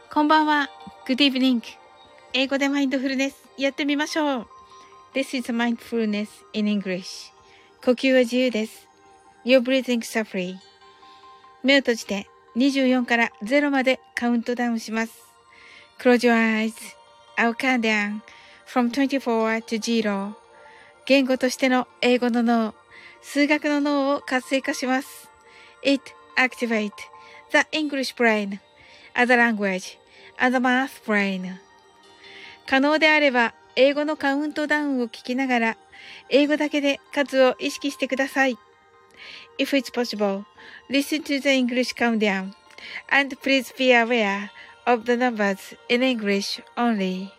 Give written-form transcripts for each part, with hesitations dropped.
こんばんは。Good evening. 英語でマインドフルネスやってみましょう。This is mindfulness in English. 呼吸は自由です。Your breathing is free. 目を閉じて24から0までカウントダウンします。Close your eyes. I'll count down from 24 to 0. 言語としての英語の脳、数学の脳を活性化します。It activates the English brain as a language and the math brain. 可能であれば、英語のカウントダウンを聞きながら、英語だけで数を意識してください。If it's possible, listen to the English countdown, and please be aware of the numbers in English only.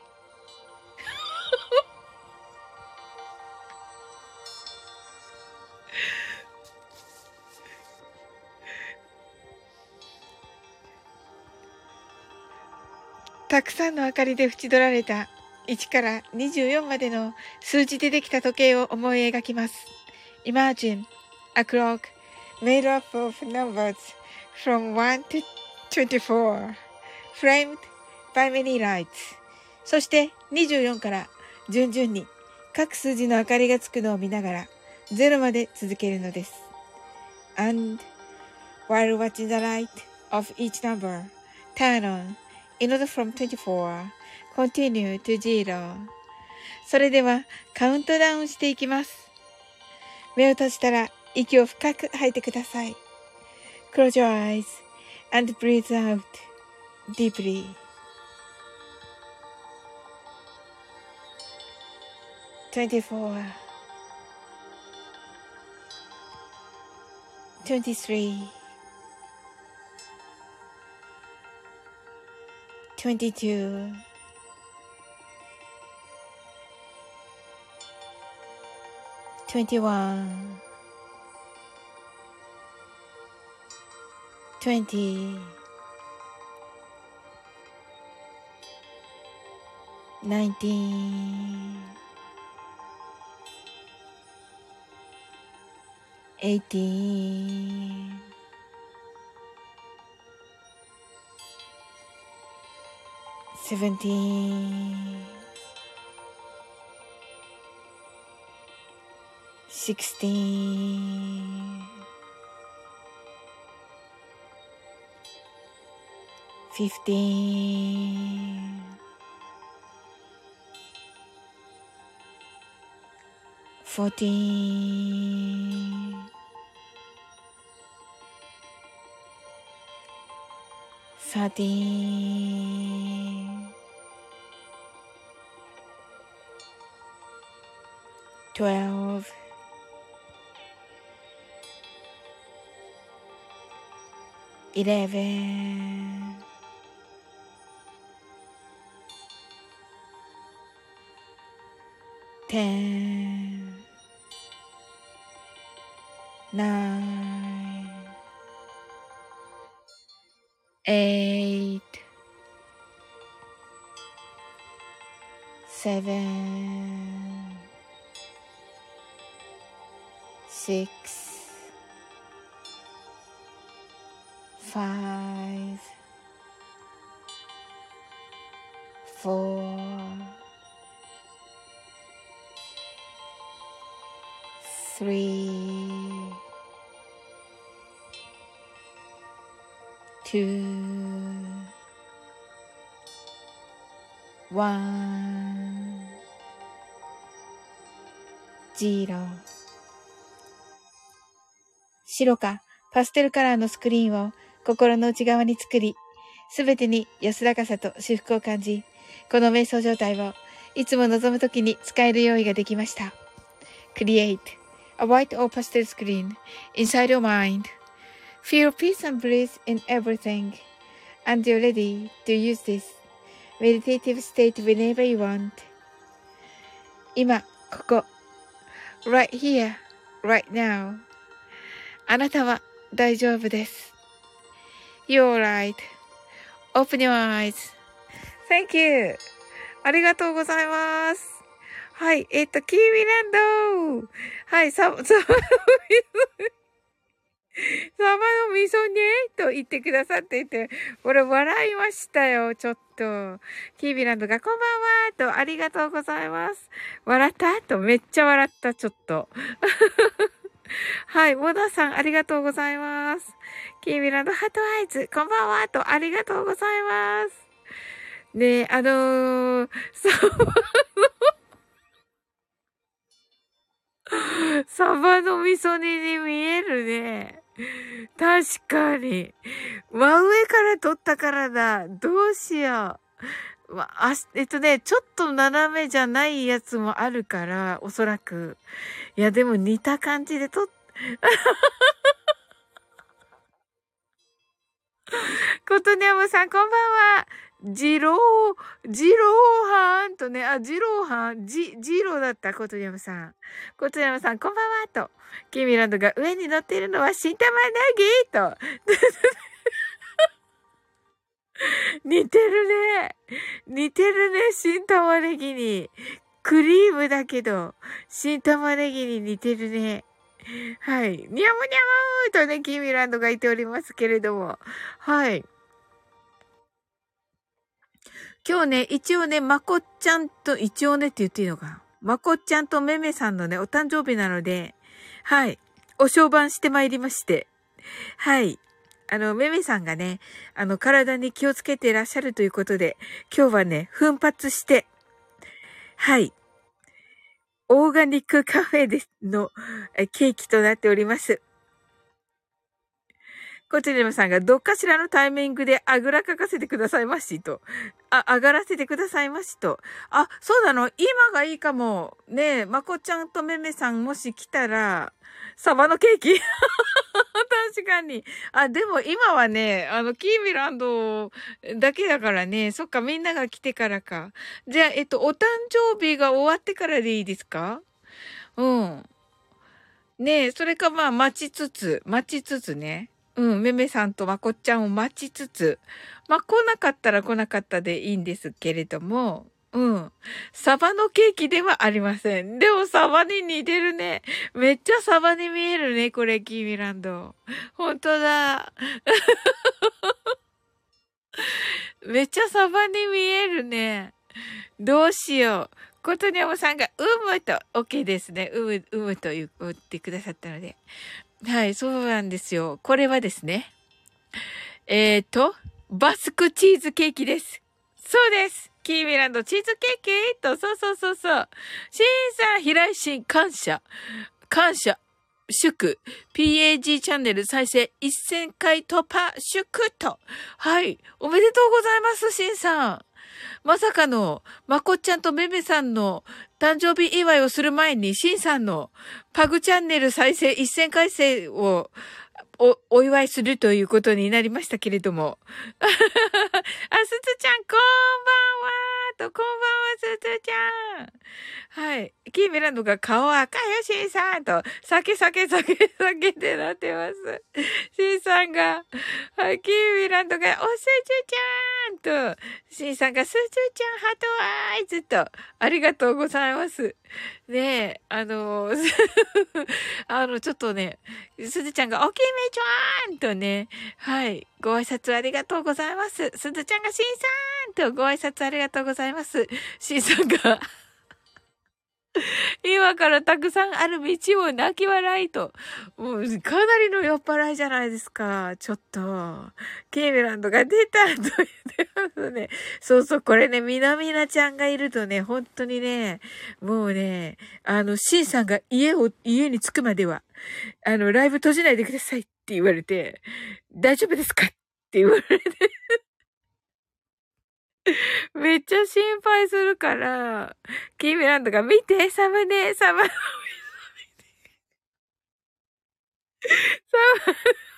たくさんの明かりで縁取られた1から24までの数字でできた時計を思い描きます。Imagine a clock made up of numbers from 1 to 24, framed by many lights. そして24から順々に各数字の明かりがつくのを見ながら0まで続けるのです。And while watching the light of each number turn on,In order from 24, continue to 0. それではカウントダウンしていきます。目を閉じたら息を深く吐いてください。Close your eyes and breathe out deeply. 24, 23, 22, 21, 20, 19, 18, 17, 16, 15, 14, 13, 12, 11, 10, 9, 8, 7, 6, 5, 4, 3, 2, 1, 0。白かパステルカラーのスクリーンを心の内側に作り、すべてに安らかさと至福を感じ、この瞑想状態をいつも望むときに使える用意ができました。Create a white or pastel screen inside your mind. Feel peace and bliss in everything, and you're ready to use this meditative state whenever you want. 今、ここ。Right here, right now. あなたは大丈夫です。You're right.Open your eyes. Thank you. ありがとうございます。はい。キーミランド。はい。サバの味味噌ねと言ってくださっていて、これ笑いましたよ、ちょっと。キービランドがこんばんはとありがとうございます。笑ったとめっちゃ笑った、ちょっと。はい、モナさんありがとうございます。キービランドハートアイズ、こんばんはとありがとうございます。ねえ、サバの味噌煮に見えるね。確かに。真上から撮ったからだ。どうしよう。ちょっと斜めじゃないやつもあるから、おそらく。いや、でも似た感じで撮っ、ことにゃむさん、こんばんは。ジローはんとね、ジローはん、ジローだった、ことにゃむさん。ことにゃむさん、こんばんはと。キーミランドが上に乗っているのは新玉ねぎと。似てるね。似てるね、新玉ねぎに。クリームだけど、新玉ねぎに似てるね。はい。にゃむにゃむーとね、キーミランドが言っておりますけれども。はい。今日ね、一応ね、まこっちゃんと、一応ねって言っていいのかな。まこっちゃんとめめさんのね、お誕生日なので、はい。お商売してまいりまして。はい。めめさんがね、体に気をつけていらっしゃるということで、今日はね、奮発して、はい。オーガニックカフェでのケーキとなっております。こちらのさんがどっかしらのタイミングであぐらかかせてくださいましと。上がらせてくださいましと。そうなの今がいいかも。ねえ、まこちゃんとめめさんもし来たら、サバのケーキ確かに。でも今はね、キーミランドだけだからね。そっか、みんなが来てからか。じゃあ、お誕生日が終わってからでいいですか？うん。ねえ、それかまあ、待ちつつね。うん、めめさんとまこっちゃんを待ちつつ、まあ、来なかったら来なかったでいいんですけれども、うん。サバのケーキではありません。でもサバに似てるね。めっちゃサバに見えるね、これ、キーミランド。ほんとだ。めっちゃサバに見えるね。どうしよう。ことにゃむさんが、むと、OK ですね。むと言ってくださったので。はい、そうなんですよ。これはですね。バスクチーズケーキです。そうです。キーミランドチーズケーキと、そう。シンさん、平井心、感謝。祝。PAG チャンネル再生1000回突破、祝と。はい。おめでとうございます、シンさん。まさかの、まこっちゃんとめめさんの誕生日祝いをする前に、シンさんのパグチャンネル再生1000回生をお祝いするということになりましたけれども。すずちゃん、こんばんはと、こんばんは、すずちゃん。はい。キーミランドが顔赤いよ、シンさんと、酒ってなってます。シンさんが、はい、キーミランドが、おすずちゃんと、シンさんが、すずちゃん、ハートアイズと、ありがとうございます。ねえ、ちょっとね、すずちゃんが、おきみちゃんとね、はい、ご挨拶ありがとうございます。すずちゃんが、しんさんとご挨拶ありがとうございます。しんさんが、今からたくさんある道を泣き笑いと。もう、かなりの酔っ払いじゃないですか。ちょっと。ケイメランドが出たと言ってますね。そう、これね、みなみなちゃんがいるとね、本当にね、もうね、シンさんが家に着くまでは、ライブ閉じないでくださいって言われて、大丈夫ですかって言われて、めっちゃ心配するから、キーミランドが見て、サムネ、サム、サム、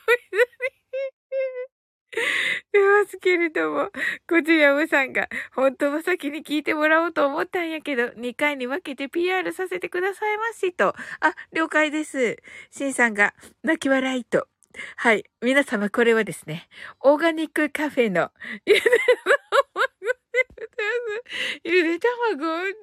出ますけれども、こちらもさんが、本当は先に聞いてもらおうと思ったんやけど、2回に分けて PR させてくださいましと。了解です。シンさんが、泣き笑いと。はい。皆様これはですね、オーガニックカフェの、ゆで卵って、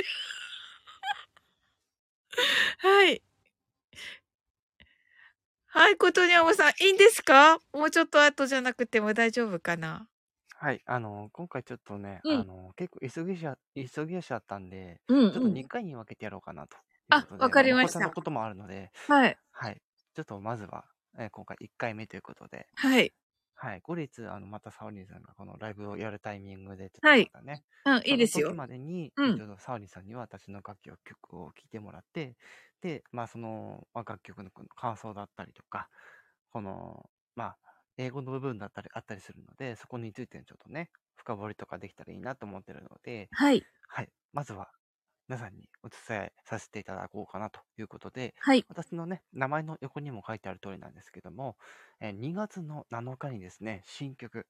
はい。 はい、ことにゃむさん、いいんですか？もうちょっと後じゃなくても大丈夫かな？ はい、今回ちょっとね、 うん。 結構急ぎ足だったんで、ちょっとうんうん。 2回に分けてやろうかなというこあ、 とで、 わかりまこました。 ちゃんのこともあるので、 はい。 はい、ちょっとまずは、今回1回目ということで、 はい。 はい、後日、またサオリンさんがこのライブをやるタイミングで、ちょっとはい。 またね、 うん、いそいですよ。 の時までに、 うん。 ちょっとサオリンさんには私の曲を聴いてもらって、で、まあ、その、まあ、楽曲のこの感想だったりとか、この、まあ、英語の部分だったりあったりするので、そこについてちょっとね、深掘りとかできたらいいなと思ってるので、 はい。 はい、まずは皆さんにお伝えさせていただこうかなということで、 はい。 私のね、名前の横にも書いてある通りなんですけども、2月の7日にですね、新曲、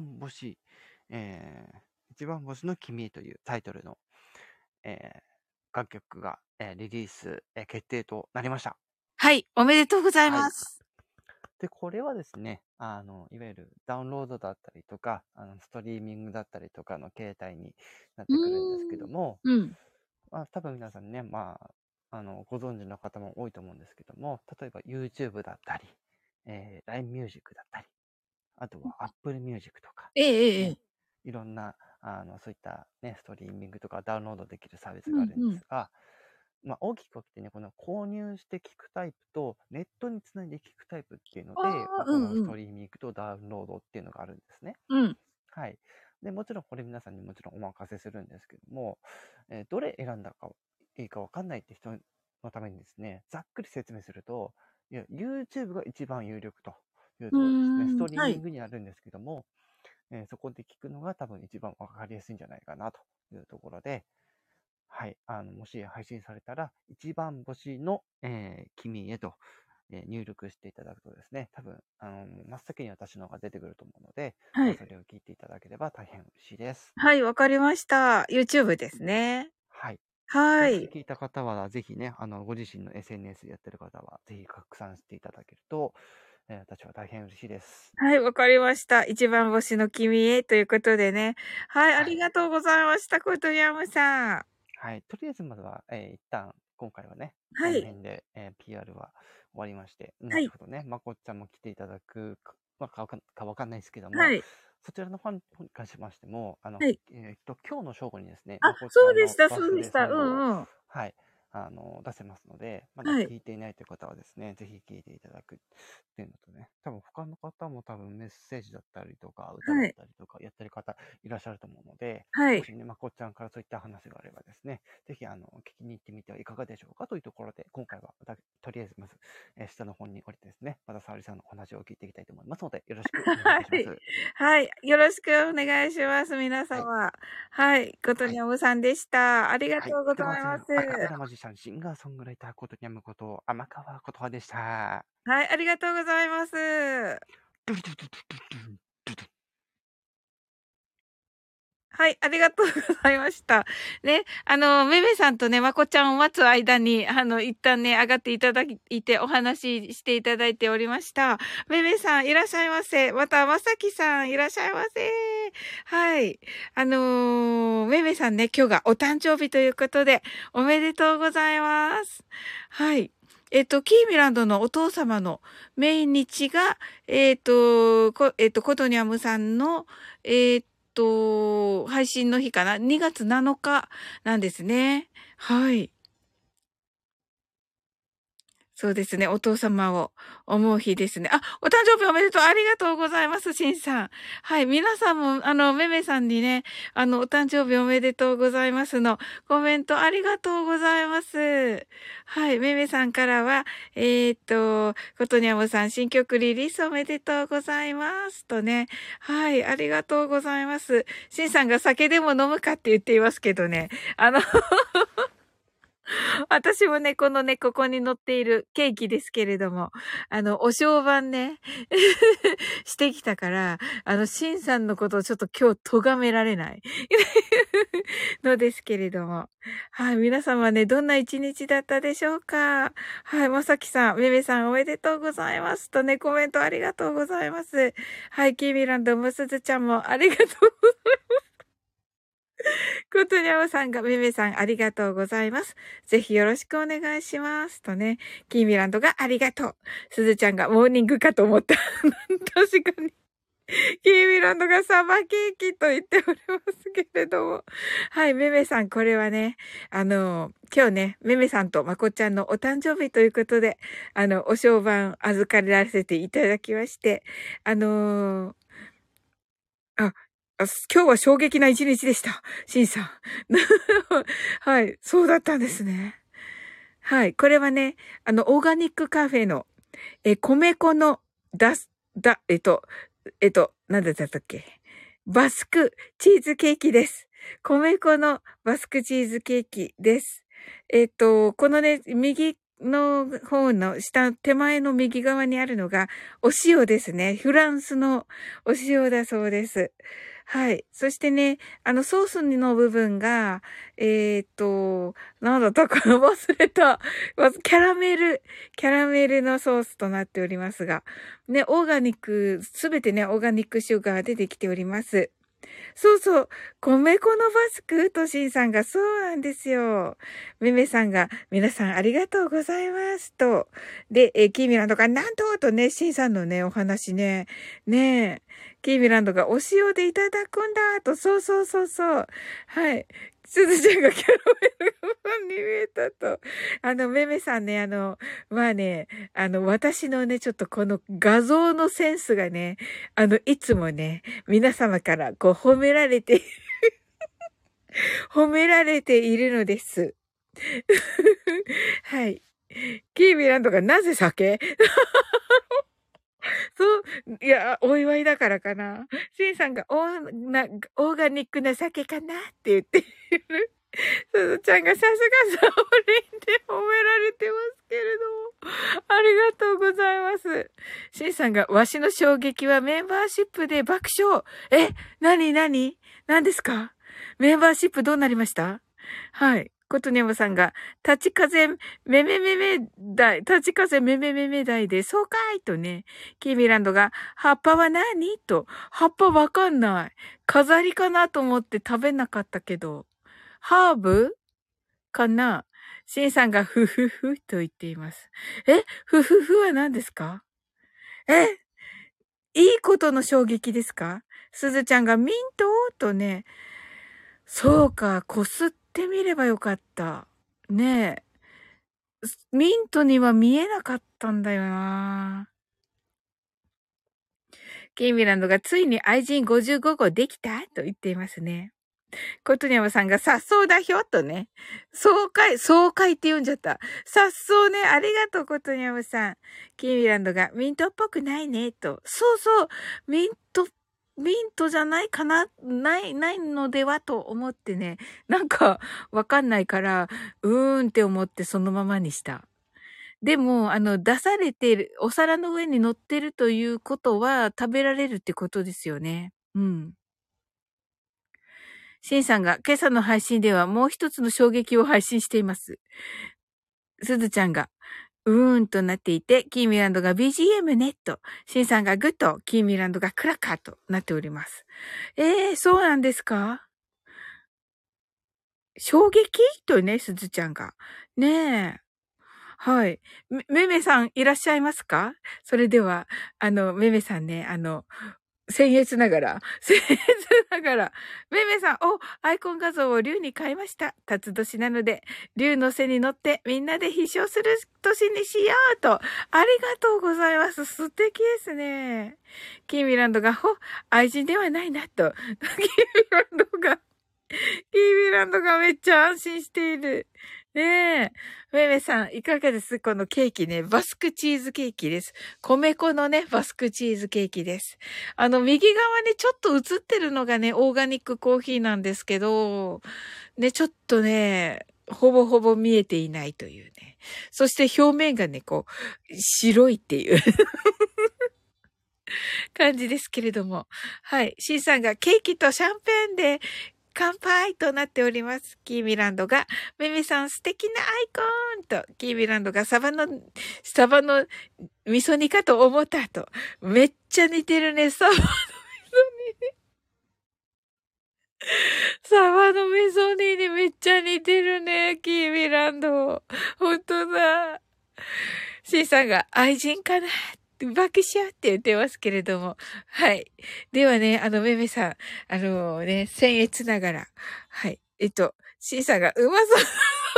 一番星の君へというタイトルの、えー楽曲が、リリース、決定となりました。 はい。おめでとうございはい。 ます。 で、これはですね、いわゆるダウンロードだったりとか、ストリーミングだったりとかの形態になっうてくるんですけーん。 ども、 うん。 まあ、多分皆さんね、まあ、ご存知の方も多いと思うんですけども、例えば YouTube だったり、LINE Music だったり、あとは Apple Music とか、 えええええね、 え。 いろんな、そういったね、ストリーミングとかダウンロードできるサービスがあるんうんうん。 ですが、まあ、大きく分けてね、この購入して聞くタイプと、ネットにつないで聞くタイプっていうのあで、まあ、 あ、こうんうん。 のストリーミングとダウンロードっていうのがあるんですね。 うん。 はい。で、もちろんこれ皆さんにもちろんお任せするんですけども、どれ選んだかいいか分かんないって人のためにですね、ざっくり説明すると、いや、YouTube が一番有力といううところですね。スーん。 トリーはい。 ミングになるんですけども、そこで聞くのが多分一番分かりやすいんじゃないかなというところで、はい。もし配信されたら、一番星の、君へと、入力していただくとですね、多分、真っ先に私の方が出てくると思うので、 はい。 それを聞いていただければ大変嬉しいです。 はい、わかりました。YouTube ですね。 はい。で、もしはい。 聞いた方は、ぜひね、ご自身の SNS でやってる方は、ぜひ拡散していただけると、私は大変嬉しいです。 はい、わかりました。一番星の君へということでね。はい、あはい。 りがとうございました、コトヤムさん。 はい。とりあえずまずは、一旦、今回はね、こはい。 の辺で、PR は終わりまして、 はい。 後ほどね、まこっちゃんも来ていただくかわかんないですけども、 はい。 そちらのファンに関しましても、 はい。 今日の正午にですね、 あ、 まこっちゃんそうでした、 のバースデーそうでした。うソングを、 んうん。 はい、出せますので、まだはい。 聞いていないという方はですね、ぜひ聞いていただくっていうのとね、多分他の方も多分メッセージだったりとか、歌だはい。 ったりとか、やってる方いらっしゃると思うので、 はい。 もしね、まこっちゃんからそういった話があればですね、ぜひ、聞きに行ってみてはいかがでしょうかというところで、今回は、とりあえずまず、下の方に降りてですね、また沙織さんのお話を聞いていきたいと思いますので、よろしくお願いいはい。 たします。 はい。よろしくお願いします、皆はい。 様。はい。ことはい。 にゃむさんでした。ありがはい。 とうごでは、 ざいます。 アカペラマジシャン、シンガーソングライターことにゃむこと、天川ことはでした。 はい、ありがとうございます。 ドゥルドゥドゥドゥドゥドゥドゥドゥはい、ありがとうございました。ね、めめさんとね、まこちゃんを待つ間に、一旦ね、上がっていただいて、お話ししていただいておりました。めめさん、いらっしゃいませ。また、まさきさん、いらっしゃいませ。はい。めめさんね、今日がお誕生日ということで、おめでとうございます。はい。キーミランドのお父様の命日が、コトニャムさんの、配信の日かな？ 2 月7日なんですね。はい。そうですね。お父様を思う日ですね。あ、お誕生日おめでとう。ありがとうございます、しんさん。はい。皆さんも、めめさんにね、お誕生日おめでとうございますの、コメントありがとうございます。はい。めめさんからは、ことにゃむさん、新曲リリースおめでとうございます。とね。はい。ありがとうございます。しんさんが酒でも飲むかって言っていますけどね。私もね、このね、ここに載っているケーキですけれども、お正晩ね、してきたから、シンさんのことをちょっと今日咎められないのですけれども。はい、皆様ね、どんな一日だったでしょうか？はい、まさきさん、めめさんおめでとうございますとね、コメントありがとうございます。はい、キーミランド、むすずちゃんもありがとうことにゃおさんが、めめさんありがとうございます。ぜひよろしくお願いします。とね、キーミランドがありがとう。すずちゃんがモーニングかと思った。確かに。キーミランドがサバケーキと言っておりますけれども。はい、めめさん、これはね、今日ね、めめさんとまこちゃんのお誕生日ということで、お商売預からせていただきまして、あ、今日は衝撃な一日でした。シンさん。はい、そうだったんですね。はい、これはね、オーガニックカフェの、米粉のなんだったっけ。バスクチーズケーキです。米粉のバスクチーズケーキです。このね、右の方の手前の右側にあるのがお塩ですね。フランスのお塩だそうです。はい。そしてね、ソースの部分が、なんだったかな忘れた。キャラメルのソースとなっておりますが、ね、すべてね、オーガニックシュガーでできております。そうそう。米粉のバスクとしんさんがそうなんですよ。めめさんが皆さんありがとうございますと。で、キーミランドがなんとね、しんさんのね、お話ね。ねえ。キーミランドがお塩でいただくんだと。そうそうそうそう。はい。すずちゃんがキャラメルファンに見えたと。めめさんね、まあね、私のね、ちょっとこの画像のセンスがね、いつもね、皆様からこう褒められて、褒められているのです。はい。キーミランドがなぜ酒そう、いや、お祝いだからかな。シンさんがオーガニックな酒かなって言っている。すずちゃんがさすがサオリンで褒められてますけれども。ありがとうございます。シンさんがわしの衝撃はメンバーシップで爆笑。何何ですか？メンバーシップどうなりました？はい。ことにゃむさんが、立ち風めめめめ台、立ち風めめめめ台で、そうかいとね。キーミランドが、葉っぱは何と、葉っぱわかんない。飾りかなと思って食べなかったけど。ハーブかな？シンさんがふふふと言っています。ふふふは何ですか？いいことの衝撃ですか？すずちゃんがミントとね、そうか、こすってみればよかった。ねえ。ミントには見えなかったんだよな。キーミランドがついに愛人55号できたと言っていますね。コトニャムさんがさっそうだひょとね。爽快って言うんじゃった。さっそうね。ありがとう、コトニャムさん。キーミランドがミントっぽくないね、と。そうそう。ミントじゃないかなないのではと思ってね。なんか、わかんないから、って思ってそのままにした。でも、出されている、お皿の上に乗ってるということは食べられるってことですよね。うん。シンさんが今朝の配信ではもう一つの衝撃を配信しています。すずちゃんが、となっていて、キーミランドが BGM ネット。シンさんがグッド、キーミランドがクラッカーとなっております。そうなんですか？衝撃とね、すずちゃんが。ねえ。はい。めめさんいらっしゃいますか？それでは、めめさんね、僭越ながら、めめさん、アイコン画像を竜に変えました。辰年なので、竜の背に乗ってみんなで飛翔する年にしようと。ありがとうございます。素敵ですね。キーミランドが、愛人ではないなと。キーミランドがめっちゃ安心している。ねえ。めめさん、いかがですこのケーキね。バスクチーズケーキです。米粉のね、バスクチーズケーキです。右側にちょっと映ってるのがね、オーガニックコーヒーなんですけど、ね、ちょっとね、ほぼほぼ見えていないというね。そして表面がね、こう、白いっていう感じですけれども。はい。シンさんがケーキとシャンペーンで、乾杯となっております。キーミランドが、メミさん素敵なアイコーンと、キーミランドがサバの味噌煮かと思ったと。めっちゃ似てるね、サバの味噌煮。 サバのメゾニーにめっちゃ似てるね、キーミランド。ほんとだ。シーさんが愛人かな爆笑って言ってますけれども。はい。ではね、めめさん、僭越ながら。はい。シーさんがうまそう。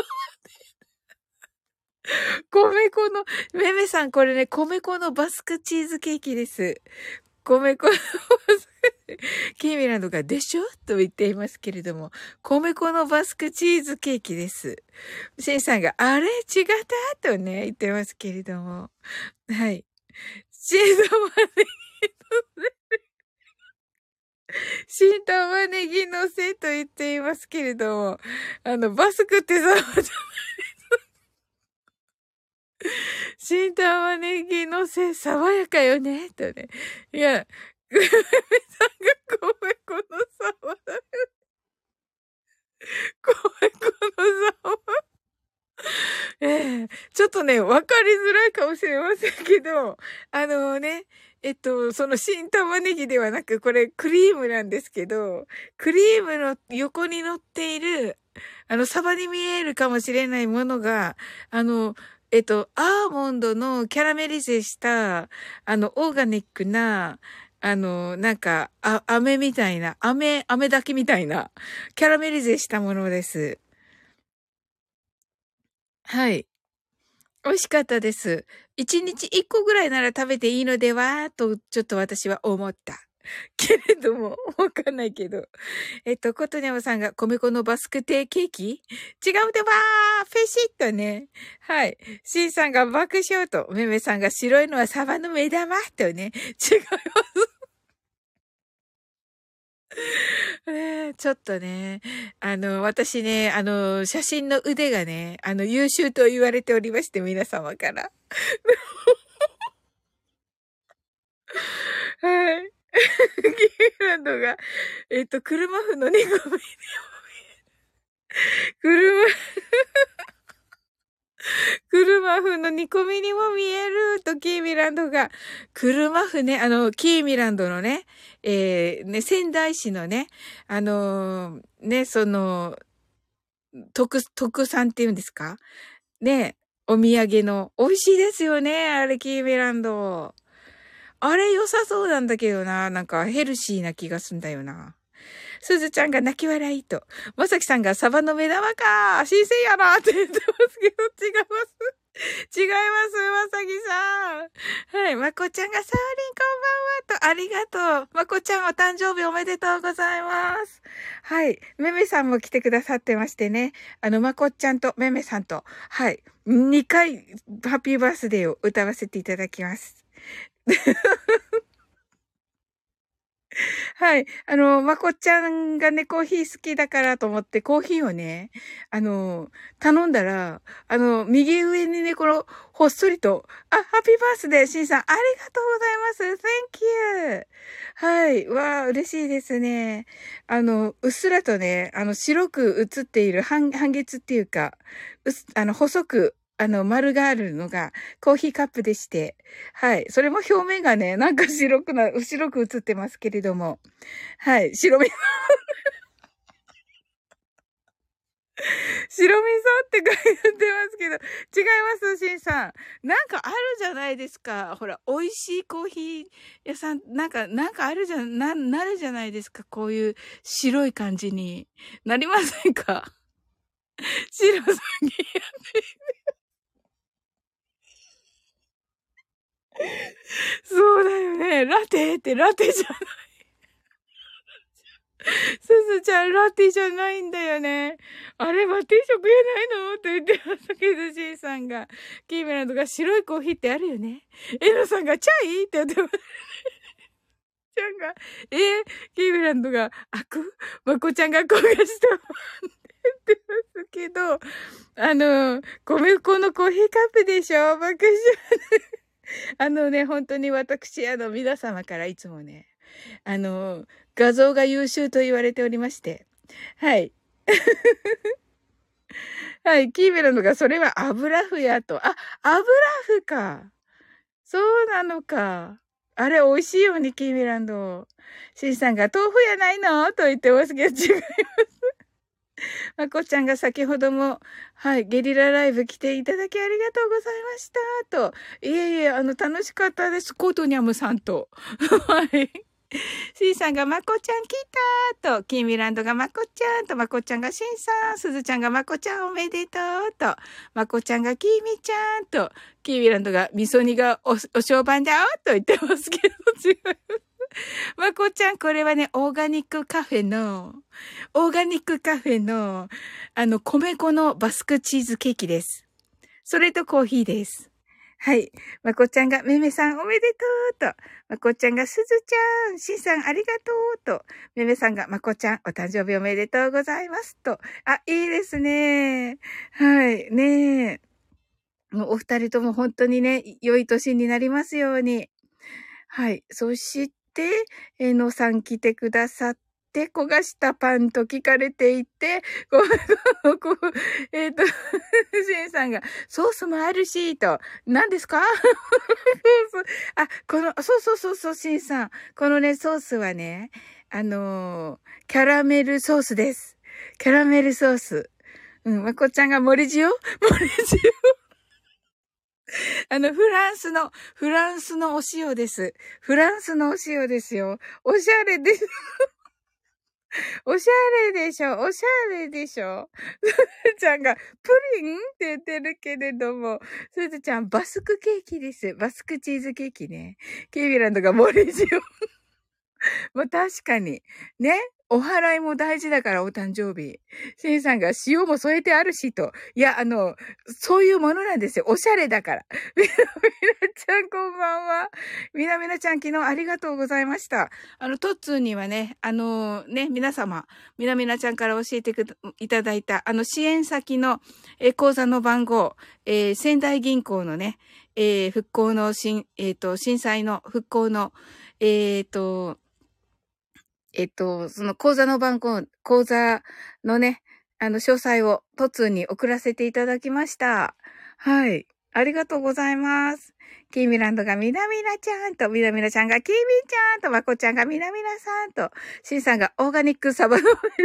米粉の、めめさんこれね、米粉のバスクチーズケーキです。米粉のバスク、キーミランドがでしょと言っていますけれども、米粉のバスクチーズケーキです。シンさんが、あれ違ったとね、言ってますけれども。はい。新玉ねぎのせ、新玉ねぎのせと言っていますけれども、バスクってさ、新玉ねぎのせ、爽やかよねとね。いや、グルメさんが米粉の爽だ。米粉の爽。ちょっとね、わかりづらいかもしれませんけど、ね、その新玉ねぎではなく、これクリームなんですけど、クリームの横に乗っている、サバに見えるかもしれないものが、アーモンドのキャラメリゼした、オーガニックな、なんか、飴みたいな、飴だけみたいな、キャラメリゼしたものです。はい。美味しかったです。一日一個ぐらいなら食べていいのではと、ちょっと私は思った。けれども、わかんないけど。コトニャムさんが米粉のバスクテーケーキ違うではーフェシッとね。はい。シンさんが爆笑と、メメさんが白いのはサバの目玉とね。違います。ちょっとね、私ね、写真の腕がね、優秀と言われておりまして、皆様から。はい。キーランドが、車麩の煮込み、車、車麩の煮込みにも見えると、キーミランドが、車麩ね、キーミランドのね、ね、仙台市のね、ね、特産っていうんですかね、お土産の、美味しいですよね、あれ、キーミランド。あれ良さそうなんだけどな、なんかヘルシーな気がすんだよな。すずちゃんが泣き笑いと。まさきさんがサバの目玉か新鮮やなって言ってますけど、違います。違います、まさきさん。はい。まこちゃんがサーリンこんばんはと、ありがとう。まこちゃんお誕生日おめでとうございます。はい。めめさんも来てくださってましてね。まこちゃんとめめさんと、はい。2回、ハッピーバースデーを歌わせていただきます。はい。まこっちゃんがね、コーヒー好きだからと思って、コーヒーをね、あの、頼んだら、右上にね、ほっそりと、ハッピーバースデー、しんさん、ありがとうございます。Thank you. はい。わあ、嬉しいですね。うっすらとね、白く映っている半月っていうか、細く、丸があるのがコーヒーカップでして、はい。それも表面がね、なんか白く映ってますけれども。はい。白味噌って書いてますけど、違います、しんさん。なんかあるじゃないですか。ほら、美味しいコーヒー屋さん、なんかあるじゃなるじゃないですか。こういう白い感じに。なりませんか？白さんにやって。そうだよね。ラテってラテじゃすずちゃん、ラテじゃないんだよね。あれは定食やないのって言ってましたけど、ジンさんが。キーメランドが白いコーヒーってあるよね。エノさんがチャイって言ってました。ちゃんが、キーメランドが開くまこちゃんが焦がしたって言ってますけど、米粉のコーヒーカップでしょ爆笑。本当に私、皆様からいつもね、あの、画像が優秀と言われておりまして。はい。はい。キーメラのが、それは油麩やと。あ、油麩か。そうなのか。 あれ、美味しいよね、キーミランド。シンさんが、豆腐やないのと言ってますけど、違います。まこちゃんが先ほども、はい、ゲリラライブ来ていただきありがとうございました。と。いえいえ、楽しかったです。コートニャムさんと。はい。シンさんがまこちゃん来たと、キーミランドがまこちゃんと、まこちゃんがシンさん、すずちゃんがまこちゃんおめでとうと、まこちゃんがキーミちゃんと、キーミランドがみそ煮がお商売だと言ってますけど、違います。まこちゃん、これはね、オーガニックカフェの、米粉のバスクチーズケーキです。それとコーヒーです。はい。まこちゃんが、めめさんおめでとうと。まこちゃんが、すずちゃん、しんさんありがとうと。めめさんが、まこちゃんお誕生日おめでとうございますと。あ、いいですね。はい。ねえ。もうお二人とも本当にね、良い年になりますように。はい。そして、のさん来てくださって、焦がしたパンと聞かれていて、シンさんが、ソースもあるし、と、何ですかあ、そう、シンさん。このね、ソースはね、キャラメルソースです。キャラメルソース。うん、まこちゃんが森塩フランスのお塩です。フランスのお塩ですよ。おしゃれです。おしゃれでしょ。おしゃれでしょ。すずちゃんが、プリンって言ってるけれども、すずちゃん、バスクケーキです。バスクチーズケーキね。ケイビランドが森塩。もう確かに。ね。お祓いも大事だから、お誕生日。シンさんが塩も添えてあるしと。いや、そういうものなんですよ。おしゃれだから。みなみなちゃんこんばんは。みなみなちゃん昨日ありがとうございました。トッツーにはね、皆様、みなみなちゃんから教えていただいた、支援先の、口座の番号、仙台銀行のね、復興の震災の復興の、その口座の番号、口座のね、詳細をトツに送らせていただきました。はい。ありがとうございます。キーミランドがみなみなちゃんと、みなみなちゃんがキーミちゃんと、まこちゃんがみなみなさんと、しんさんがオーガニックサバの白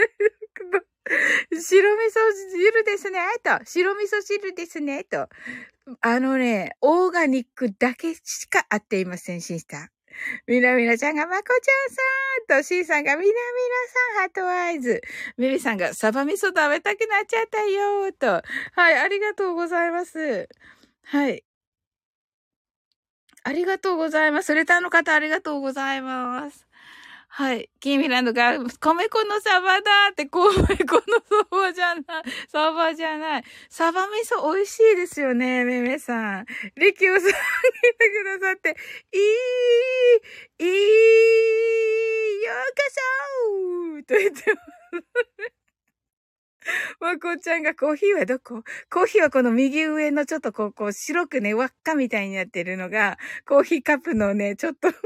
味噌汁ですね、と、白味噌汁ですね、と。オーガニックだけしか合っていません、しんさん。みなみなちゃんがまこちゃんさんと、しーさんがみなみなさん、ハートアイズ。ミミさんがサバ味噌食べたくなっちゃったよーと。はい、ありがとうございます。はい。ありがとうございます。レターの方ありがとうございます。はい。キーミランドが、米粉のサバだって、米粉のサバじゃない。サバじゃない。サバ味噌美味しいですよね、めめさん。リキューさん来てくださって、ようこそと言ってます。まこちゃんがコーヒーはどこ？コーヒーはこの右上のちょっとこう白くね、輪っかみたいになってるのが、コーヒーカップのね、ちょっと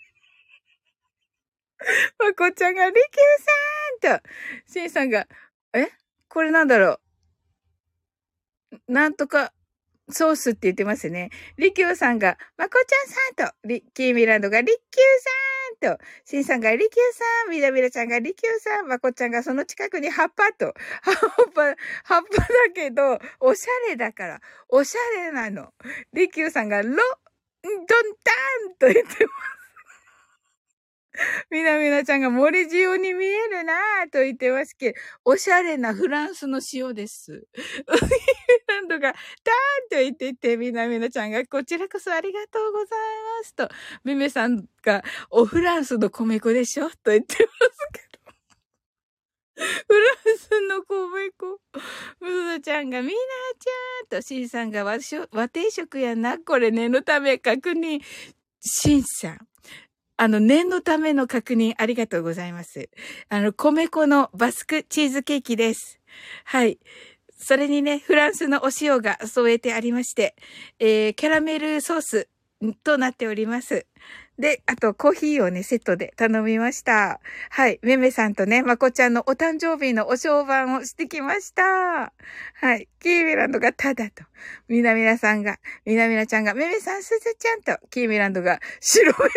まこちゃんが、りきゅうさんと、しんさんが、これなんだろう。なんとか、ソースって言ってますね。りきゅうさんが、まこちゃんさんと、キーミランドが、りきゅうさんと、しんさんが、りきゅうさん、みなみなちゃんが、りきゅうさん、まこちゃんがその近くに葉っぱと、葉っぱだけど、おしゃれだから、おしゃれなの。りきゅうさんが、ドンタンと言ってます。みなみなちゃんが森塩に見えるなぁと言ってますけど、おしゃれなフランスの塩です。なんとか、ターンと言ってて、みなみなちゃんが、こちらこそありがとうございますと、めめさんが、おフランスの米粉でしょと言ってますけど。フランスの米粉。むずちゃんが、みなちゃんと、しんさんが和定食やな。これ念のため確認。しんさん。念のための確認ありがとうございます。米粉のバスクチーズケーキです。はい。それにね、フランスのお塩が添えてありまして、キャラメルソースとなっております。で、あとコーヒーをね、セットで頼みました。はい。めめさんとね、まこちゃんのお誕生日のお商売をしてきました。はい。キーミランドがただと、みなみなさんが、みなみなちゃんが、めめさん、すずちゃんと、キーミランドが、白飯が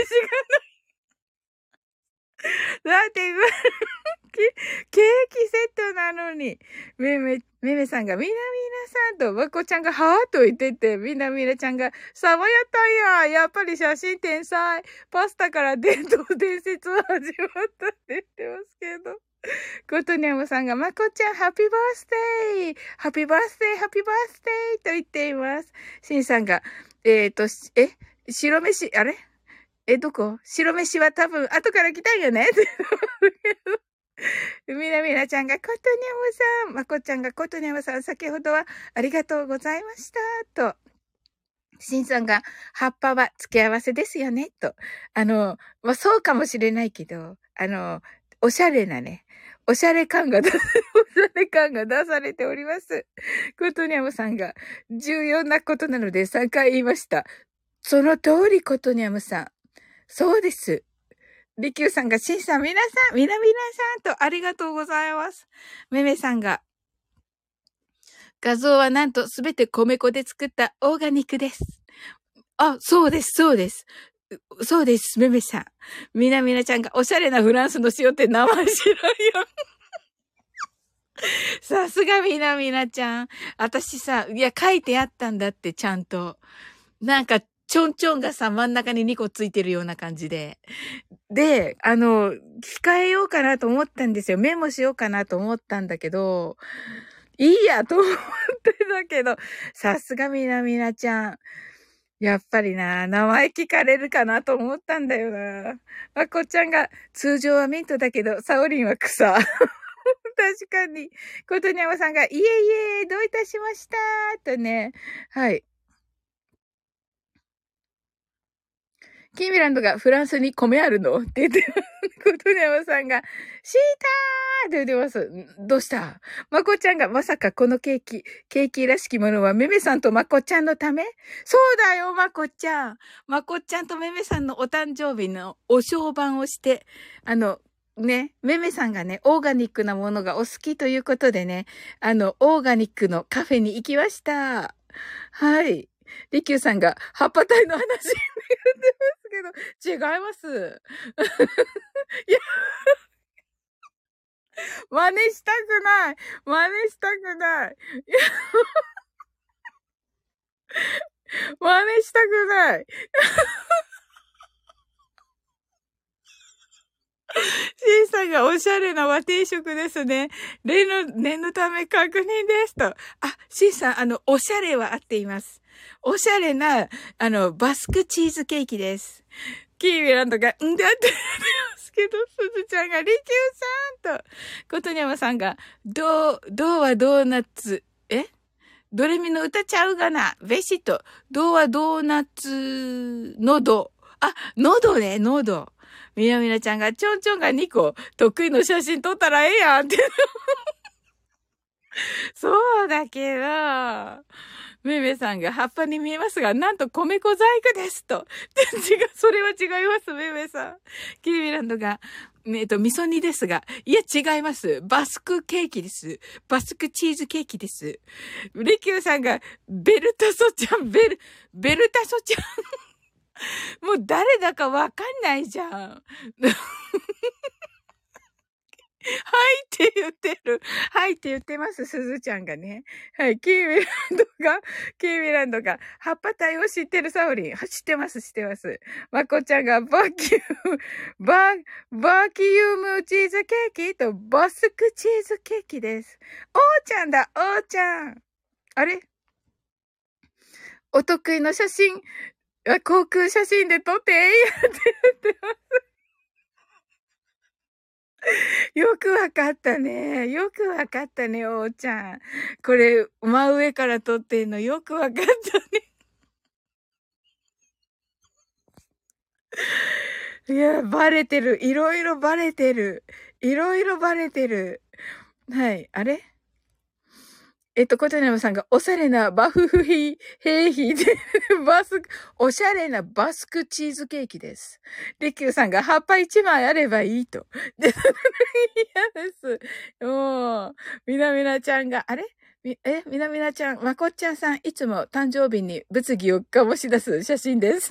だって、ケーキセットなのに、めめさんが、みなみなさんと、まこちゃんが、はぁと言ってて、みなみなちゃんが、さわやったんや、やっぱり写真天才、パスタから伝説は始まったって言ってますけど。ことにゃむさんが、まこちゃん、ハッピーバースデーハッピーバースデーハッピーバースデーと言っています。しんさんが、白飯、あれどこ白飯は多分後から来たんよねみなみなちゃんが、ことにゃむさん、まこちゃんが、ことにゃむさん、先ほどはありがとうございました、と。しんさんが、葉っぱは付け合わせですよね、と。そうかもしれないけど、おしゃれなね、おしゃれ感が出されております。ことにゃむさんが、重要なことなので3回言いました。その通り、ことにゃむさん。そうです。りきゅうさんが、しんさん、みなさんとありがとうございます。めめさんが、画像はなんとすべて米粉で作ったオーガニックです。あ、そうです。そうです、めめさん。みなみなちゃんがおしゃれなフランスの塩って名前知らんよ。さすがみなみなちゃん。私さ、いや、書いてあったんだって、ちゃんと。なんか、ちょんちょんがさ、真ん中に2個ついてるような感じで。で、控えようかなと思ったんですよ。メモしようかなと思ったんだけど、いいやと思ってたけど、さすがみなみなちゃん。やっぱりな、名前聞かれるかなと思ったんだよな。まこっちゃんが、通常はミントだけど、サオリンは草。確かに。ことにゃまさんが、いえいえ、どういたしました。とね。はい。キーミランドがフランスに米あるのって言ってます。ことにゃまさんが、シーターって言ってます。どうしたまこちゃんが、まさかこのケーキらしきものはめめさんとまこちゃんのためそうだよ、まこちゃん。まこちゃんとめめさんのお誕生日のお商売をして、ね、めめさんがね、オーガニックなものがお好きということでね、オーガニックのカフェに行きました。はい。りきゅうさんが、葉っぱ体の話になってますけど、違います。いや、真似したくない。真似したくない。真似したくない。シンさんがおしゃれな和定食ですね。念のため確認ですと。あ、シンさん、おしゃれは合っています。おしゃれな、バスクチーズケーキです。キーミランドが、んだって言ってますけど、すずちゃんが、りきゅうさんと、ことにゃまさんが、どうはドーナツ、ドレミの歌ちゃうがな。ベシと、ドはドーナツ、喉。あ、喉ね、喉。みなみなちゃんが、ちょんちょんが2個、得意の写真撮ったらええやんって。そうだけど、めめさんが葉っぱに見えますが、なんと米粉細工ですと。それは違います、めめさん。キーミランドが、味噌煮ですが、いや違います。バスクケーキです。バスクチーズケーキです。リキューさんが、ベルタソちゃん。もう誰だかわかんないじゃん。はいって言ってる。はいって言ってます、すずちゃんがね。はい、キーミランドが、葉っぱ体を知ってるサオリン。知ってます。まこちゃんが、バーキュームチーズケーキとバスクチーズケーキです。おーちゃんだ、おーちゃん。あれお得意の写真、航空写真で撮ってええやって言ってます。よくわかったね。おーちゃん。これ、真上から撮ってんのよくわかったね。いや、バレてる。いろいろバレてる。はい。あれコトネムさんがおしゃれなバフフヒ、ヘイヒで、おしゃれなバスクチーズケーキです。リキューさんが葉っぱ1枚あればいいと。で、嫌です。もう、みなみなちゃんが、あれみなみなちゃん、まこっちゃんさん、いつも誕生日に物議を醸し出す写真です。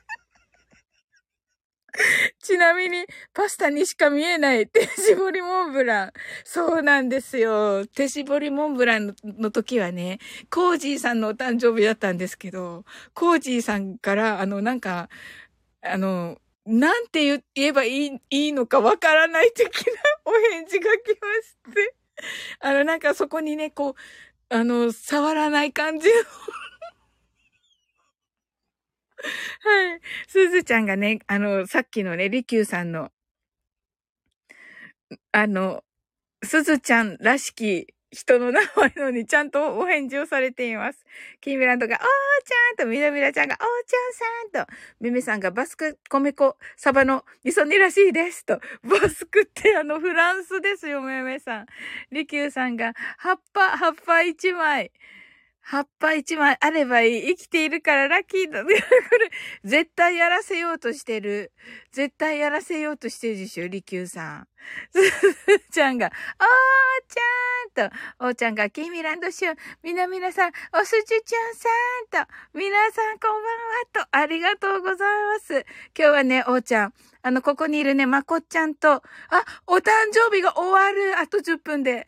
ちなみに、パスタにしか見えない手絞りモンブラン。そうなんですよ。手絞りモンブランの時はね、コージーさんのお誕生日だったんですけど、コージーさんから、なんか、なんて言えばいいのかわからない的なお返事が来まして。なんかそこにね、こう、触らない感じのはい。すずちゃんがね、さっきのね、りきゅうさんの、あの、すずちゃんらしき人の名前のにちゃんとお返事をされています。キーミランドが、おーちゃんと、みなみなちゃんが、おーちゃんさんと、めめさんがバスク米粉サバの味噌煮らしいですと、バスクってフランスですよ、めめさん。りきゅうさんが、葉っぱ一枚。葉っぱ一枚あればいい。生きているからラッキーだ。これ、絶対やらせようとしてる。絶対やらせようとしてるでしょ、りきゅうさん。すーちゃんが、おーちゃんと、おーちゃんが、キーミランドシュー、みなみなさん、おすじちゃんさんと、皆さんこんばんはと、ありがとうございます。今日はね、おーちゃん、ここにいるね、まこっちゃんと、お誕生日が終わる。あと10分で。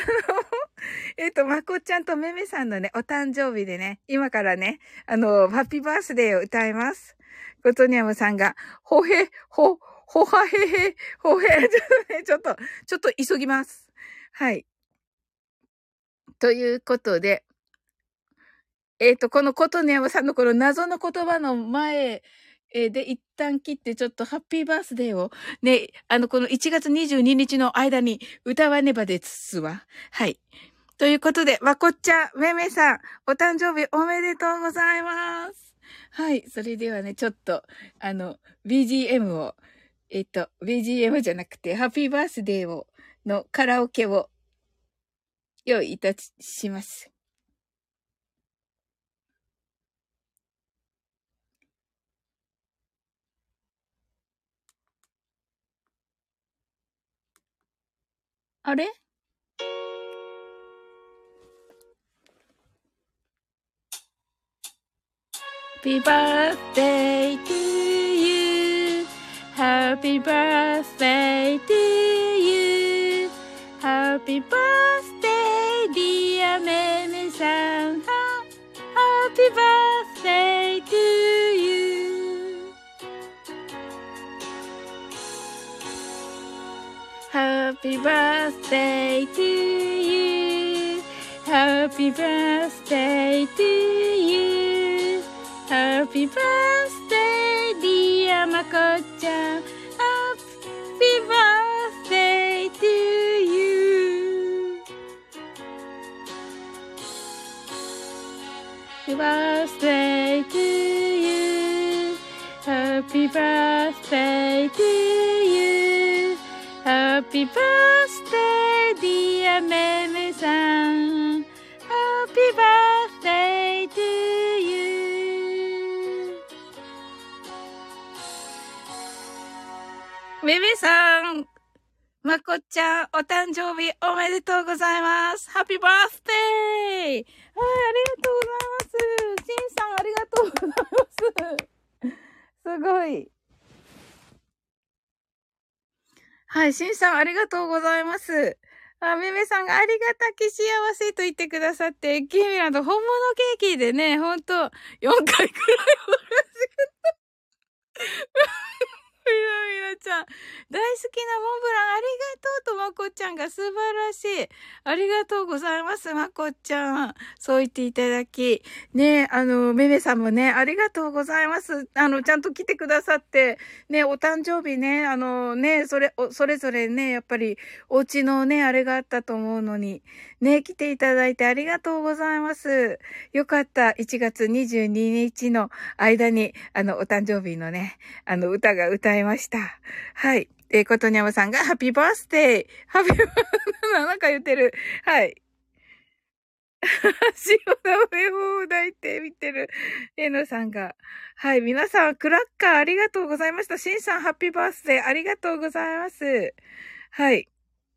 まこっちゃんとめめさんのね、お誕生日でね、今からね、ハッピーバースデーを歌います。ことにゃむさんが、ほはへへ、ほへ、ちょっと急ぎます。はい。ということで、このことにゃむさんのこの謎の言葉の前、で一旦切ってちょっとハッピーバースデーをね、この1月22日の間に歌わねばですわ。はい。ということで、まこっちゃん、めめさん、お誕生日おめでとうございます。はい。それではね、ちょっと、BGM を、BGM じゃなくて、ハッピーバースデーのカラオケを用意いたします。あれ？Happy birthday to you. Happy birthday to you. Happy birthday, dear めめさん。Happy birthday to you. Happy birthday to you. Happy birthday to you.Happy birthday, dear まこっちゃん。Happy birthday to you. Happy birthday to you. Happy birthday to you. Happy birthday, dear めめさん。Happy birthday to you.めめさん、まこっちゃん、お誕生日おめでとうございます。ハッピーバースデー。はい、ありがとうございます。しんさん、ありがとうございます。すごい。はい、しんさん、ありがとうございます。めめさんがありがたき幸せと言ってくださって、キーミランド本物ケーキでね、ほんと、4回くらいおろしかった。みなちゃん、大好きなモンブランありがとうとまこっちゃんが素晴らしい。ありがとうございます、まこっちゃん。そう言っていただき。ね、めめさんもね、ありがとうございます。ちゃんと来てくださって、ね、お誕生日ね、ね、それぞれね、やっぱり、お家のね、あれがあったと思うのに、ね、来ていただいてありがとうございます。よかった、1月22日の間に、お誕生日のね、歌が歌えました。はい。ことにゃむさんが、ハッピーバースデー。ハッピーバースデー。なんか言ってる。はい。 塩食べ放題って見てる、えのさんが。はい、皆さん、クラッカーありがとうございました。しんさん、ハッピーバースデーありがとうございます。はい。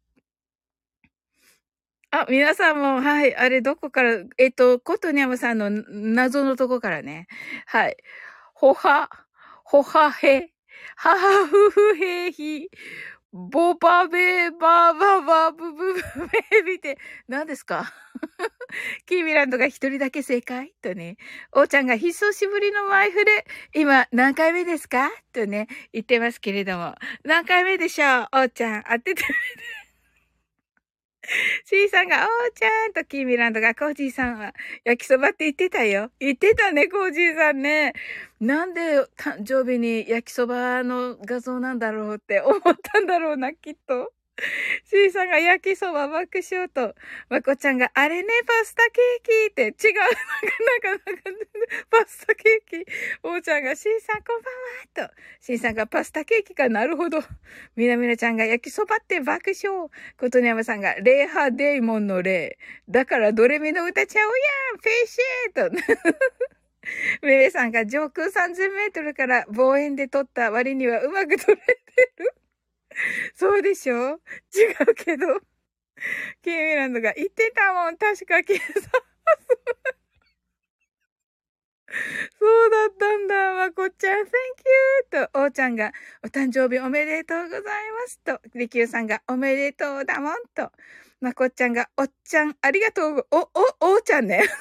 あ、皆さんも、はい、あれ、どこから、コトニャムさんの謎のとこからね。はい。ほはへ、ははふふへひ、ボバベバババブブブベビって、何ですか？キーミランドが一人だけ正解とね。おーちゃんが久しぶりの前触れ。今何回目ですかとね、言ってますけれども。何回目でしょうおーちゃん。当てて。C さんが、おーちゃんとキーミランドが、コージーさんは、焼きそばって言ってたよ。言ってたね、コージーさんね。なんで誕生日に焼きそばの画像なんだろうって思ったんだろうな、きっと。C さんが焼きそば爆笑と、まこちゃんが、あれね、パスタケーキって、違う、なんか、パスタケーキ。おーちゃんが、C さんこんばんはと、C さんがパスタケーキかなるほど。みなみなちゃんが、焼きそばって爆笑。ことにやまさんが、レイハデイモンのレイ。だからドレミの歌ちゃうやんフェイシーと。めめさんが、上空3000メートルから望遠で撮った割にはうまく撮れてる。そうでしょ違うけど。ケイミランドが言ってたもん。確かケイさん。そうだったんだ。まこっちゃん、Thank you! と、おーちゃんが、お誕生日おめでとうございますと、りきゅうさんが、おめでとうだもんと、まこっちゃんが、おっちゃん、ありがとう、おーちゃんね。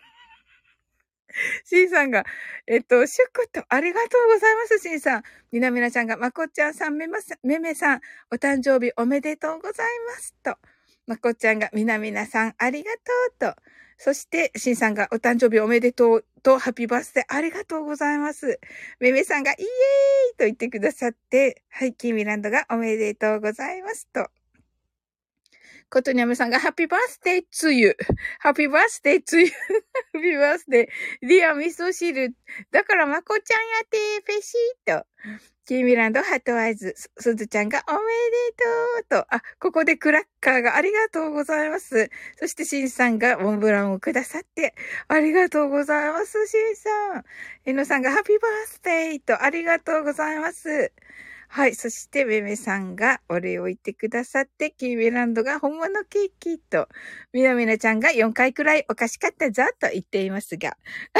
しんさんが、シュクと、ありがとうございます、しんさん。みなみなちゃんが、まこっちゃんさん、めめさん、お誕生日おめでとうございますと。まこっちゃんが、みなみなさん、ありがとうと。そして、しんさんが、お誕生日おめでとうと、ハッピーバースデーありがとうございます。めめさんが、イエーイと言ってくださって、はい、キーミランドがおめでとうございますと。ことにゃむさんが、ハッピーバースデーツユ。ハッピーバースデーツユ。ハッピーバースデー。ディア味噌汁。だからまこちゃんやて、フェシーと。キーミランドハートアイズ。すずちゃんがおめでとうと。あ、ここでクラッカーがありがとうございます。そしてシンさんがモンブランをくださって、ありがとうございます、シンさん。えのさんがハッピーバースデーと、ありがとうございます。はい。そして、めめさんがお礼を言ってくださって、キーミランドが本物ケーキと、みなみなちゃんが4回くらいおかしかったぞと言っていますが。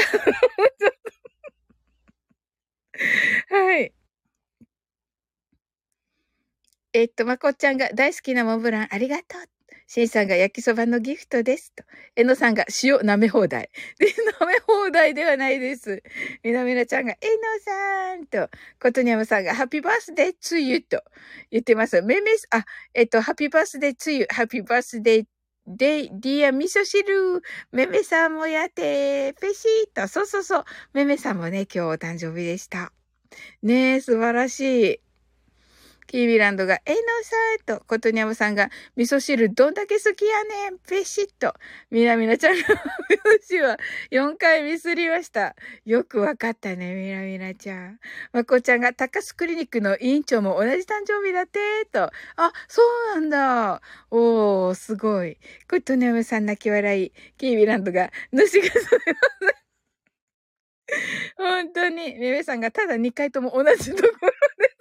はい。まこっちゃんが大好きなモンブランありがとう。しんさんが焼きそばのギフトです。と。えのさんが塩舐め放題。で、舐め放題ではないです。みなみなちゃんがえのさんと、ことにゃむさんがハッピーバースデーツユと言ってます。ハッピーバースデーツユ、ハッピーバースデーディア味噌汁、めめさんもやって、ペシーと、そうそうそう。めめさんもね、今日お誕生日でした。ねえ、素晴らしい。キービランドが、えのさーと、ことにゃむさんが、味噌汁どんだけ好きやねん、ペシッと。みなみなちゃんの味噌汁は4回ミスりました。よくわかったね、みなみなちゃん。まこちゃんが、高須クリニックの委員長も同じ誕生日だって、と。あ、そうなんだ。おー、すごい。ことにゃむさん泣き笑い。キービランドが、主がそれは、本当に、めめさんがただ2回とも同じところで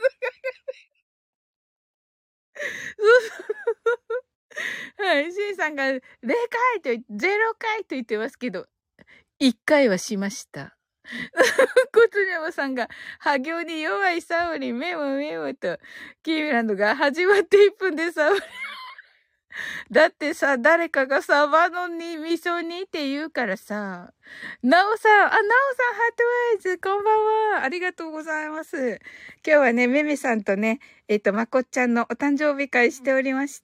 はい。シンさんが0回と0回と言ってますけど、1回はしました。コツニャムさんが、波行に弱いサオリン、メモメモと、キーミランドが始まって1分でサオリン。だってさ、誰かがサバのに味噌煮って言うからさ。ナオさん、ハートワイズ、こんばんは。ありがとうございます。今日はね、メメさんとね、まこっちゃんのお誕生日会しておりました。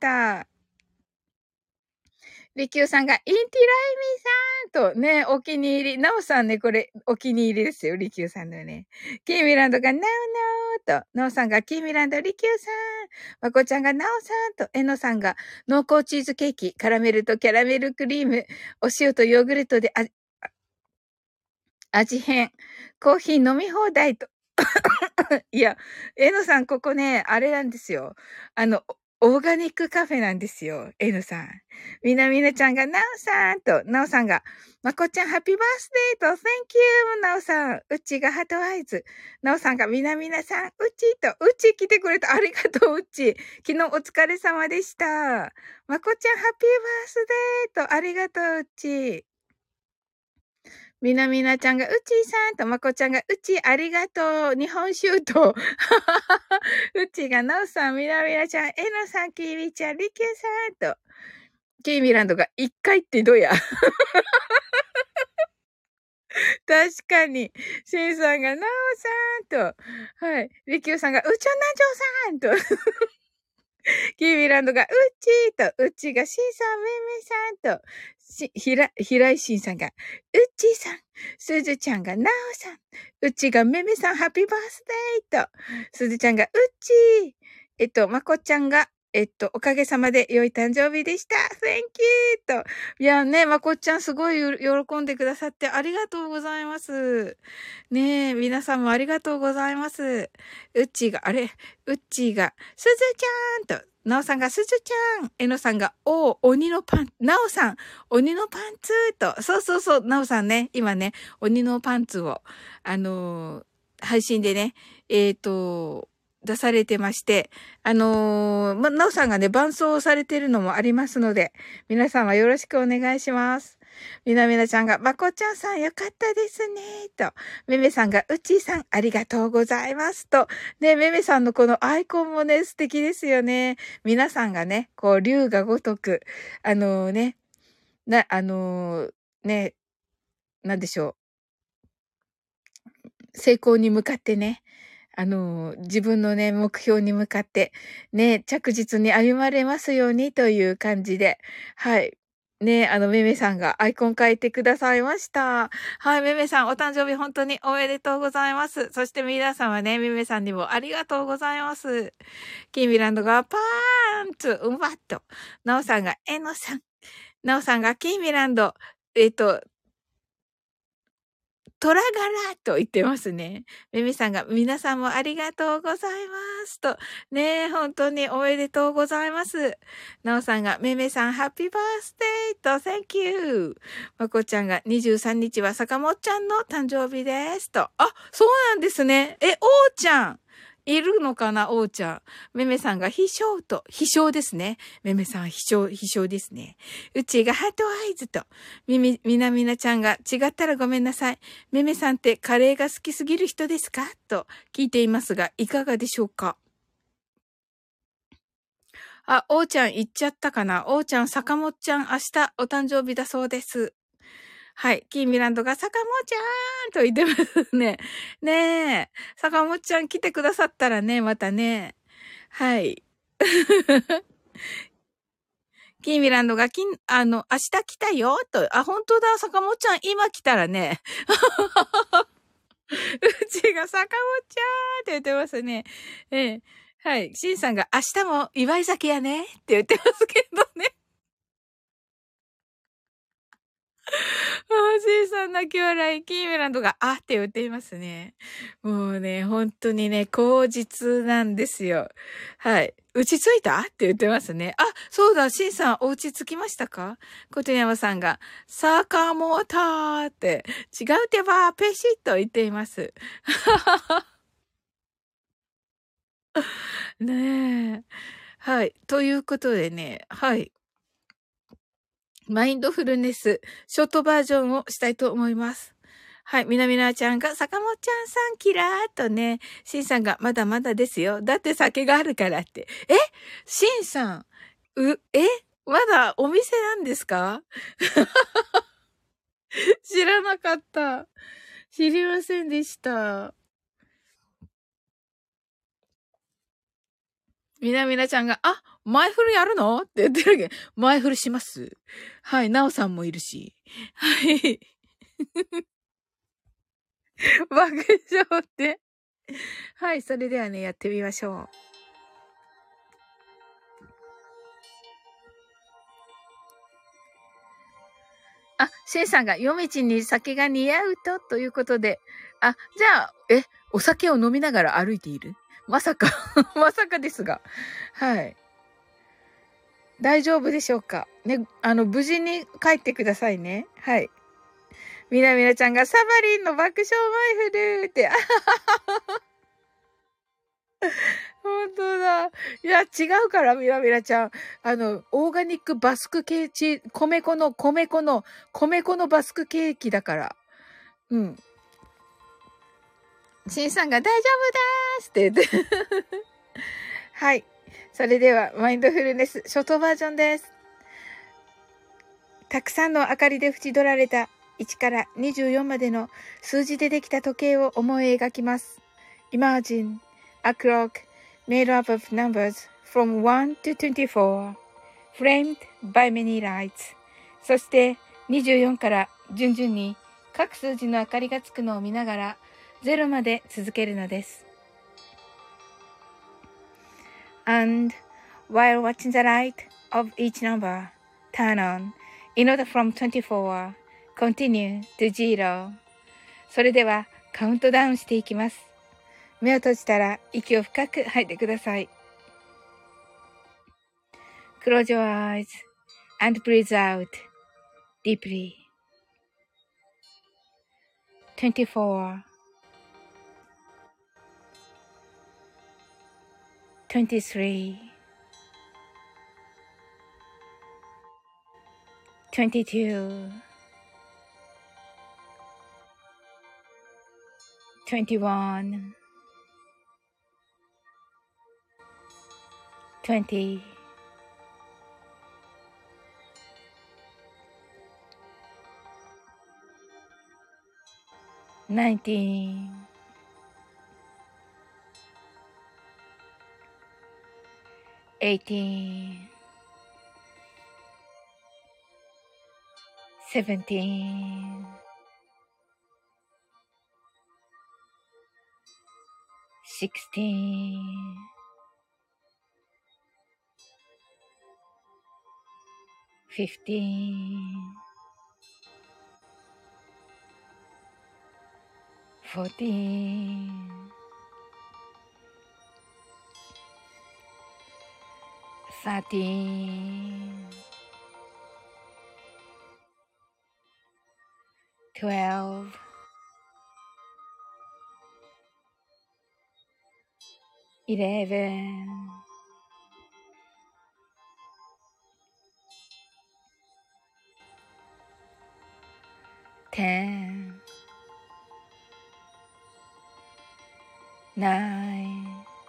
リキューさんが、インティライミさんとね、お気に入り。ナオさんね、これ、お気に入りですよ。リキューさんのね。キーミランドが、ナオナオと、ナオさんが、キーミランド、リキューさん。マコちゃんが、ナオさんと、エノさんが、濃厚チーズケーキ、カラメルとキャラメルクリーム、お塩とヨーグルトで味変、コーヒー飲み放題と。いや、エノさん、ここね、あれなんですよ。 オーガニックカフェなんですよ。N さん。みなみなちゃんが、なおさんと、なおさんが、まこちゃん、ハッピーバースデーと、Thank you! なおさん。うちがハートアイズ。なおさんが、みなみなさん、うちと、うち来てくれた。ありがとう、うち。昨日お疲れ様でした。まこちゃん、ハッピーバースデーと、ありがとう、うち。みなみなちゃんが、うちさんと、まこちゃんが、うち、ありがとう、日本酒と、うちが、なおさん、みなみなちゃん、えのさん、きみちゃん、りきゅうさんと、キーミランドが、一回ってどや。確かに。シンさんが、なおさんと、はい。りきゅうさんが、うちょなじょさんと、キーミランドが、うちと、うちが、しんさん、めめさんと、ひらいしんさんが、うちさん、すずちゃんが、なおさん、うちが、めめさん、ハッピーバースデーと、すずちゃんが、うち、まこちゃんが、おかげさまで良い誕生日でした。Thank you! と。いやね、まこちゃんすごい喜んでくださってありがとうございます。ねえ、皆さんもありがとうございます。うっちーが、うっちーが、すずちゃんと、なおさんがすずちゃん、えのさんが、鬼のパン、なおさん、鬼のパンツと、そうそうそう、なおさんね、今ね、鬼のパンツを、配信でね、出されてまして、なおさんがね、伴奏されてるのもありますので、皆さんはよろしくお願いします。みなみなちゃんが、まこちゃんさんよかったですね、と。めめさんが、うちーさんありがとうございます、と。ね、めめさんのこのアイコンもね、素敵ですよね。皆さんがね、こう、竜が如く、ね、ね、なんでしょう。成功に向かってね、自分のね、目標に向かって、ね、着実に歩まれますようにという感じで、はい。ね、めめさんがアイコン変えてくださいました。はい、めめさん、お誕生日本当におめでとうございます。そして皆さんはね、めめさんにもありがとうございます。キーミランドがパーンツ、うんばっと。なおさんがえのさん。なおさんがキーミランド、トラガラと言ってますね。めめさんが、皆さんもありがとうございます。と、ねえ、本当におめでとうございます。なおさんが、めめさん、ハッピーバースデーと、Thank you。まこちゃんが、23日は坂本ちゃんの誕生日です。と、あ、そうなんですね。おーちゃん。いるのかな、おーちゃん。めめさんが、秘書と、秘書ですね。めめさん、秘書ですね。うちがハートアイズと、みなみなちゃんが、違ったらごめんなさい。めめさんってカレーが好きすぎる人ですかと聞いていますが、いかがでしょうか。あ、おーちゃん言っちゃったかな。おーちゃん、坂本ちゃん、明日お誕生日だそうです。はい。キーミランドが坂本ちゃんと言ってますね。ねえ。坂本ちゃん来てくださったらね、またね。はい。キーミランドが明日来たよと。あ、本当だ。坂本ちゃん今来たらね。うちが坂本ちゃーって言ってますね。はい。シンさんが明日も祝い酒やねって言ってますけどね。シンさん泣き笑い。キーメランドがって言っていますね。もうね、本当にね、口実なんですよ。はい。打ち着いたって言ってますね。あ、そうだ、シンさんお家着きましたか？琴山さんが、坂本って、違う手ば、ペシッと言っています。ねえ。はい。ということでね、はい。マインドフルネス、ショートバージョンをしたいと思います。はい。みなみなちゃんが、坂本ちゃんさんキラーっとね、しんさんが、まだまだですよ。だって酒があるからって。しんさん、まだお店なんですか？知らなかった。知りませんでした。みなみなちゃんが、前振りやるのって言ってるけど、前振りします。はい、なおさんもいるし。はい。爆笑って。はい、それではね、やってみましょう。シェイさんが夜道に酒が似合うということで。じゃあ、お酒を飲みながら歩いている？まさか、まさかですが。はい。 大丈夫でしょうかね、無事に帰ってくださいね。はい。みなみなちゃんがサバリンの爆笑ワイフルって、本当だ。いや、違うから、みなみなちゃん。オーガニックバスクケーキ、米粉のバスクケーキだから。うん。シンさんが大丈夫でーすって言って。はい。それでは、マインドフルネス、ショートバージョンです。たくさんの明かりで縁取られた1から24までの数字でできた時計を思い描きます。Imagine a clock made up of numbers from 1 to 24, framed by many lights. そして24から順々に各数字の明かりがつくのを見ながら0まで続けるのです。And while watching the light of each number turn on, in order from 24, continue to 0. それではカウントダウンしていきます。目を閉じたら息を深く吐いてください。Close your eyes and breathe out deeply. 24, 23, 22, 21, 20, 19, 18, 17, 16, 15, 14, 13, 12, 11, 10, 9,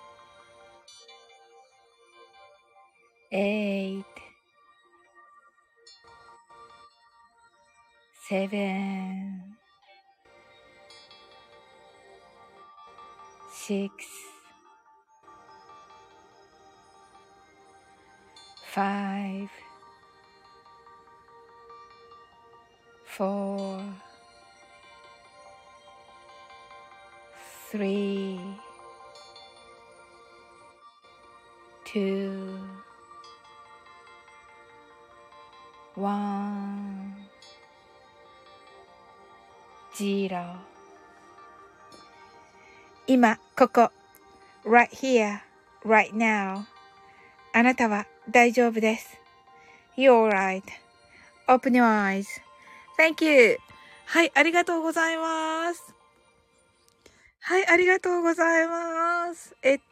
8, 7, 6, 5, 4, 3, 2, 1, 0. 今、ここ。right here, right now. あなたは大丈夫です。You're right.Open your eyes. Thank you. はい、ありがとうございます。はい、ありがとうございます。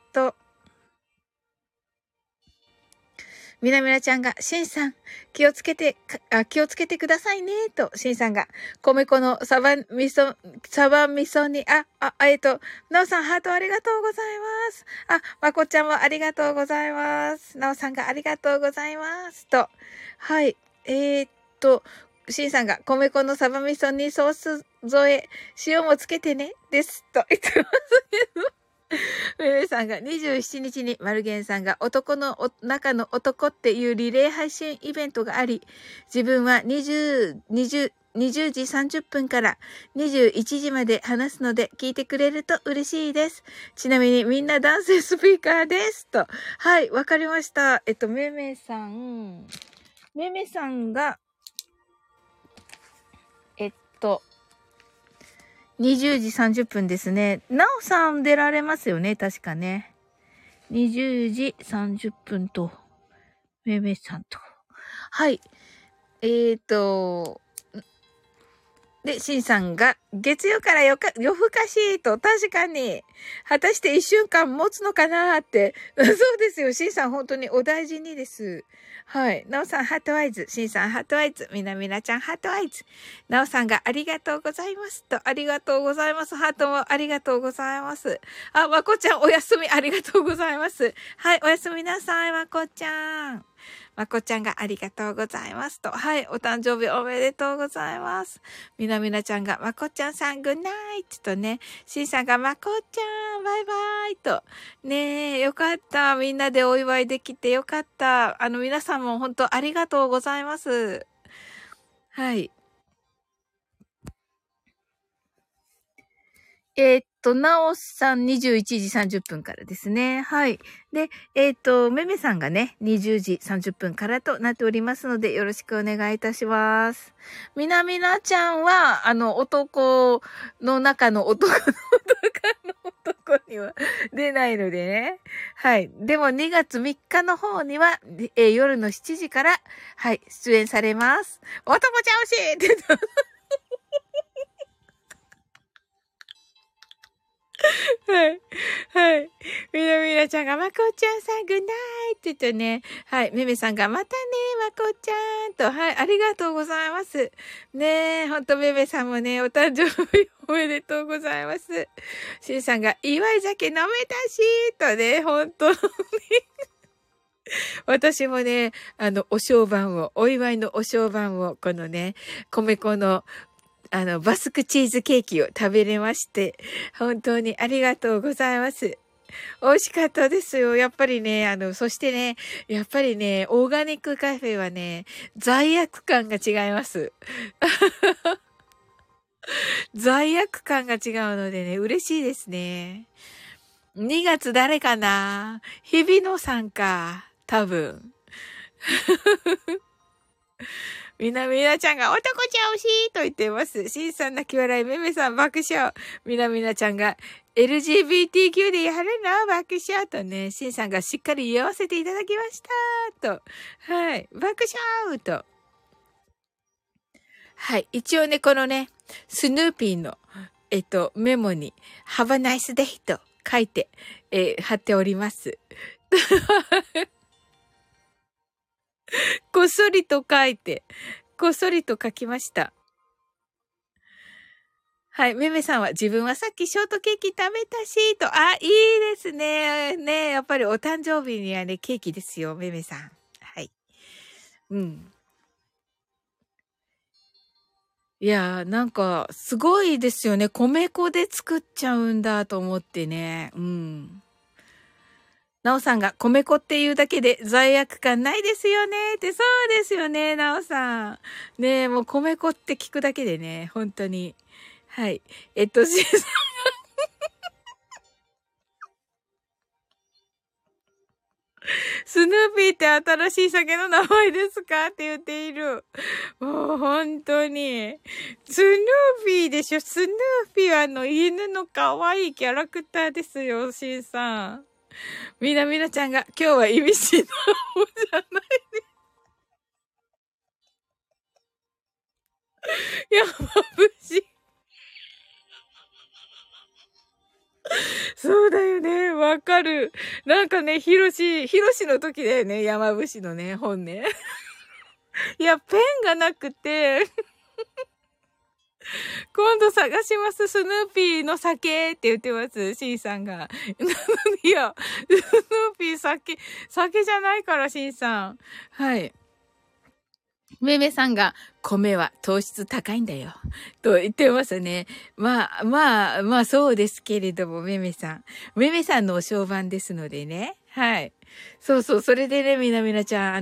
みなみなちゃんが、しんさん、気をつけてくださいね、と、しんさんが、米粉のサバ味噌に、なおさん、ハートありがとうございます。まこちゃんもありがとうございます。なおさんがありがとうございます。と、はい、しんさんが、米粉のサバ味噌にソース添え、塩もつけてね、です、と言ってますけど。めめさんが27日にマルゲンさんが男の中の男っていうリレー配信イベントがあり、自分は20時30分から21時まで話すので聞いてくれると嬉しいです。ちなみにみんな男性スピーカーです。と。はい、わかりました。めめさんが、20時30分ですね。なおさん出られますよね、確かね。20時30分とめめさんと。はい。で、しんさんが、月曜から夜更かしと、確かに、果たして一週間持つのかなって。そうですよ。しんさん本当にお大事にです。はい。なおさんハートアイズ。しんさんハートアイズ。みなみなちゃんハートアイズ。なおさんがありがとうございますと。ありがとうございます。ハートもありがとうございます。あ、まこちゃんお休みありがとうございます。はい。おやすみなさい、まこちゃん。まこちゃんがありがとうございますと。はい。お誕生日おめでとうございます。みなみなちゃんが、まこちゃんさんグッナイトとね、しんさんが、まこちゃんバイバイと。ねえ、よかった。みんなでお祝いできてよかった。皆さんも本当ありがとうございます。はい。なおさん21時30分からですね。はい。で、めめさんがね、20時30分からとなっておりますので、よろしくお願いいたします。みなみなちゃんは、男の中の男には出ないのでね。はい。でも2月3日の方には、夜の7時から、はい、出演されます。男ちゃん惜しいって言った。はい。はい。みなみなちゃんが、まこちゃんさん、グッナイって言ってね。はい。めめさんが、またね、まこちゃんと。はい。ありがとうございます。ねえ、ほんとめめさんもね、お誕生日おめでとうございます。しんさんが、祝い酒飲めたし、とね、ほんとに。私もね、お正晩を、お祝いのお正晩を、このね、米粉のバスクチーズケーキを食べれまして、本当にありがとうございます。美味しかったですよ。やっぱりね、そしてね、やっぱりね、オーガニックカフェはね、罪悪感が違います。罪悪感が違うのでね、嬉しいですね。2月誰かな？日比野さんか。多分。みなみなちゃんが男ちゃん惜しいと言っています。しんさん泣き笑い、めめさん爆笑。みなみなちゃんが LGBTQ でやるの爆笑とね、しんさんがしっかり言わせていただきましたと。はい。爆笑と。はい。一応ね、このね、スヌーピーの、メモに、Have a nice day と書いて、貼っております。こっそりと書いて、こっそりと書きました。はい。めめさんは自分はさっきショートケーキ食べたし、と。あ、いいですね。ねやっぱりお誕生日にはね、ケーキですよ、めめさん。はい。うん。いやー、なんか、すごいですよね。米粉で作っちゃうんだと思ってね。うん。なおさんが米粉っていうだけで罪悪感ないですよねって、そうですよね、なおさん。ねもう米粉って聞くだけでね、本当に。はい。しスヌーピーって新しい酒の名前ですかって言っている。もう本当に。スヌーピーでしょ。スヌーピーは犬の可愛いキャラクターですよ、シンさん。みなみなちゃんが今日は意味深な方じゃない。山伏。そうだよね。わかる。なんかね、ヒロシの時だよね。山伏のね、本ね。いや、ペンがなくて、今度探します。スヌーピーの酒って言ってます。シンさんが。なのに、いや、スヌーピー酒じゃないから、シンさん。はい。めめさんが、米は糖質高いんだよ。と言ってますね。まあ、そうですけれども、めめさん。めめさんのお商売ですのでね。はい。そうそう、それでね、みなみなちゃん、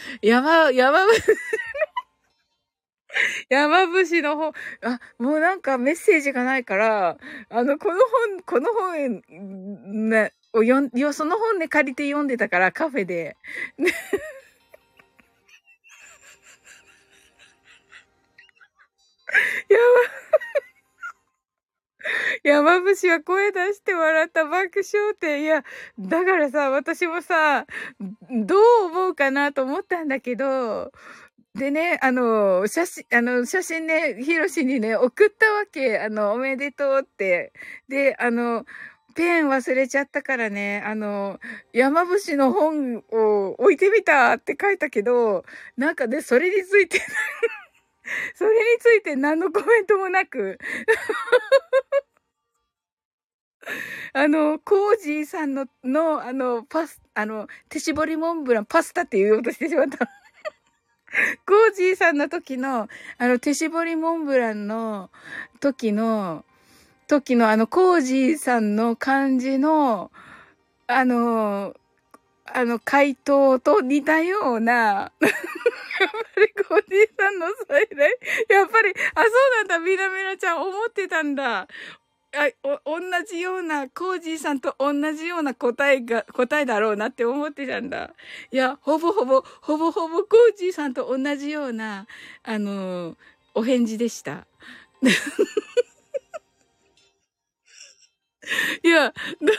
山伏の本、もうなんかメッセージがないから、この本、ね、その本ね借りて読んでたから、カフェで。や山伏は声出して笑った爆笑って。いや、だからさ、私もさ、どう思うかなと思ったんだけど、でね、写真ね、ヒロシにね、送ったわけ。おめでとうって。で、ペン忘れちゃったからね、山伏の本を置いてみたって書いたけど、なんかね、それについて何のコメントもなく、コージーさん手絞りモンブラン、パスタって言おうとしてしまった。コージーさんの時の、手絞りモンブランのコージーさんの感じの、回答と似たような、やっぱりコージーさんの再来、やっぱり、あ、そうなんだ、ミラミラちゃん思ってたんだ。同じような、コージーさんと同じような答えだろうなって思ってたんだ。いや、ほぼほぼ、コージーさんと同じような、お返事でした。いや、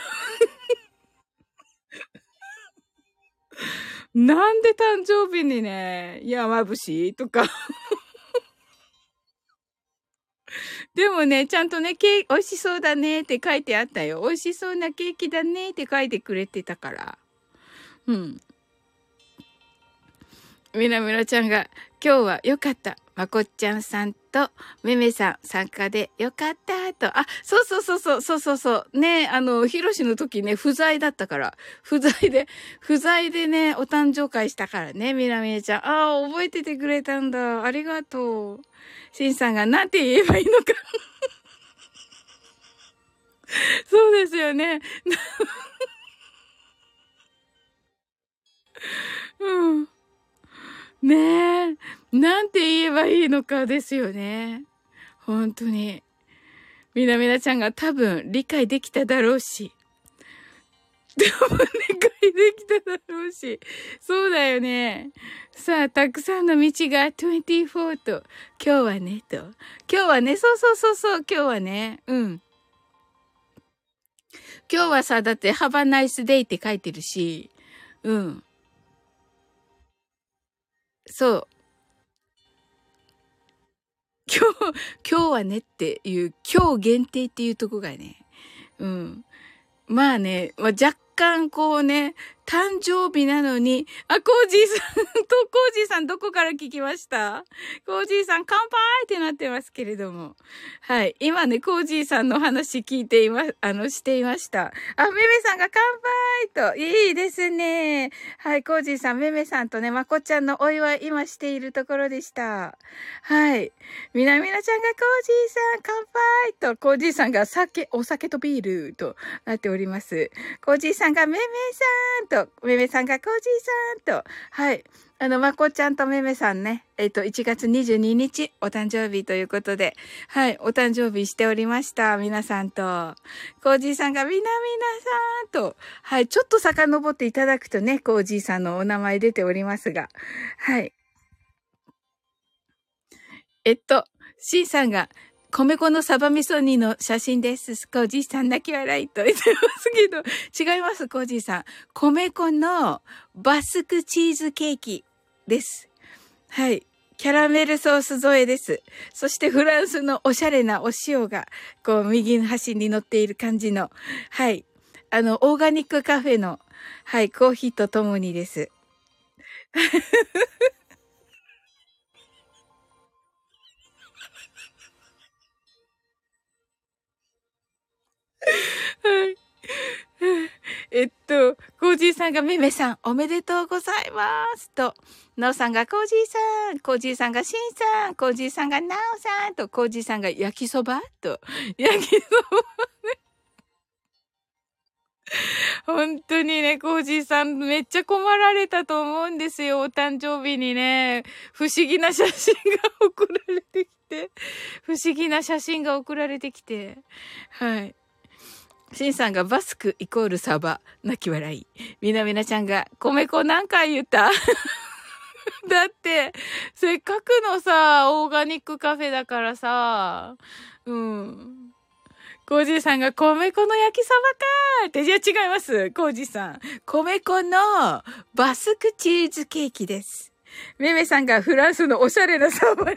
なんで誕生日にね、山伏とか。でもね、ちゃんとね、美味しそうだねって書いてあったよ。美味しそうなケーキだねって書いてくれてたから。うん。みなみなちゃんが、今日はよかった。まこっちゃんさんとめめさん参加でよかったと。あ、そう。ね、ひろしの時ね、不在だったから。不在でね、お誕生会したからね、みなみなちゃん。ああ、覚えててくれたんだ。ありがとう。しんさんがなんて言えばいいのか。そうですよね。うん。ねえ。なんて言えばいいのかですよね。本当に。みなみなちゃんが多分理解できただろうし。多分理解できただろうし。そうだよね。さあ、たくさんの道が24と、今日はね、と。今日はね、そう、今日はね、うん。今日はさ、だって、Have a nice day って書いてるし、うん。そう。今日はねっていう、今日限定っていうとこがね、うん。まあね、若干こうね、誕生日なのに、あ、コージーさんコージーさんどこから聞きました？コージーさん乾杯ってなってますけれども。はい。今ね、コージーさんの話聞いてしていました。あ、めめさんが乾杯と、いいですね。はい、コージーさん、めめさんとね、まこちゃんのお祝い今しているところでした。はい。みなみなちゃんがコージーさん乾杯と、コージーさんがお酒とビールとなっております。コージーさんがめめさんと、めめさんがコージーさんと、はい。まこちゃんとめめさんね、1月22日お誕生日ということで、はい、お誕生日しておりました。皆さんと。コージーさんがみなみなさんと、はい、ちょっと遡っていただくとね、コージーさんのお名前出ておりますが、はい。C さんが、米粉のサバ味噌煮の写真です。コージーさん泣き笑いと言ってますけど、違います、コージーさん。米粉のバスクチーズケーキです。はい。キャラメルソース添えです。そしてフランスのおしゃれなお塩が、こう、右の端に乗っている感じの、はい。オーガニックカフェの、はい、コーヒーとともにです。はい。コージーさんがめめさん、おめでとうございますと、なおさんがコージーさん、コージーさんがしんさん、コージーさんがなおさんと、コージーさんが焼きそばと、焼きそば。本当にね、コージーさんめっちゃ困られたと思うんですよ、お誕生日にね。不思議な写真が送られてきて、不思議な写真が送られてきて、はい。シンさんがバスクイコールサバ。泣き笑い。みなみなちゃんが米粉何回言っただって、せっかくのさ、オーガニックカフェだからさ、うん。 コージーさんが米粉の焼きそばかーって。いや、違います。コージーさん。米粉のバスクチーズケーキです。めめさんがフランスのおしゃれなサーバーに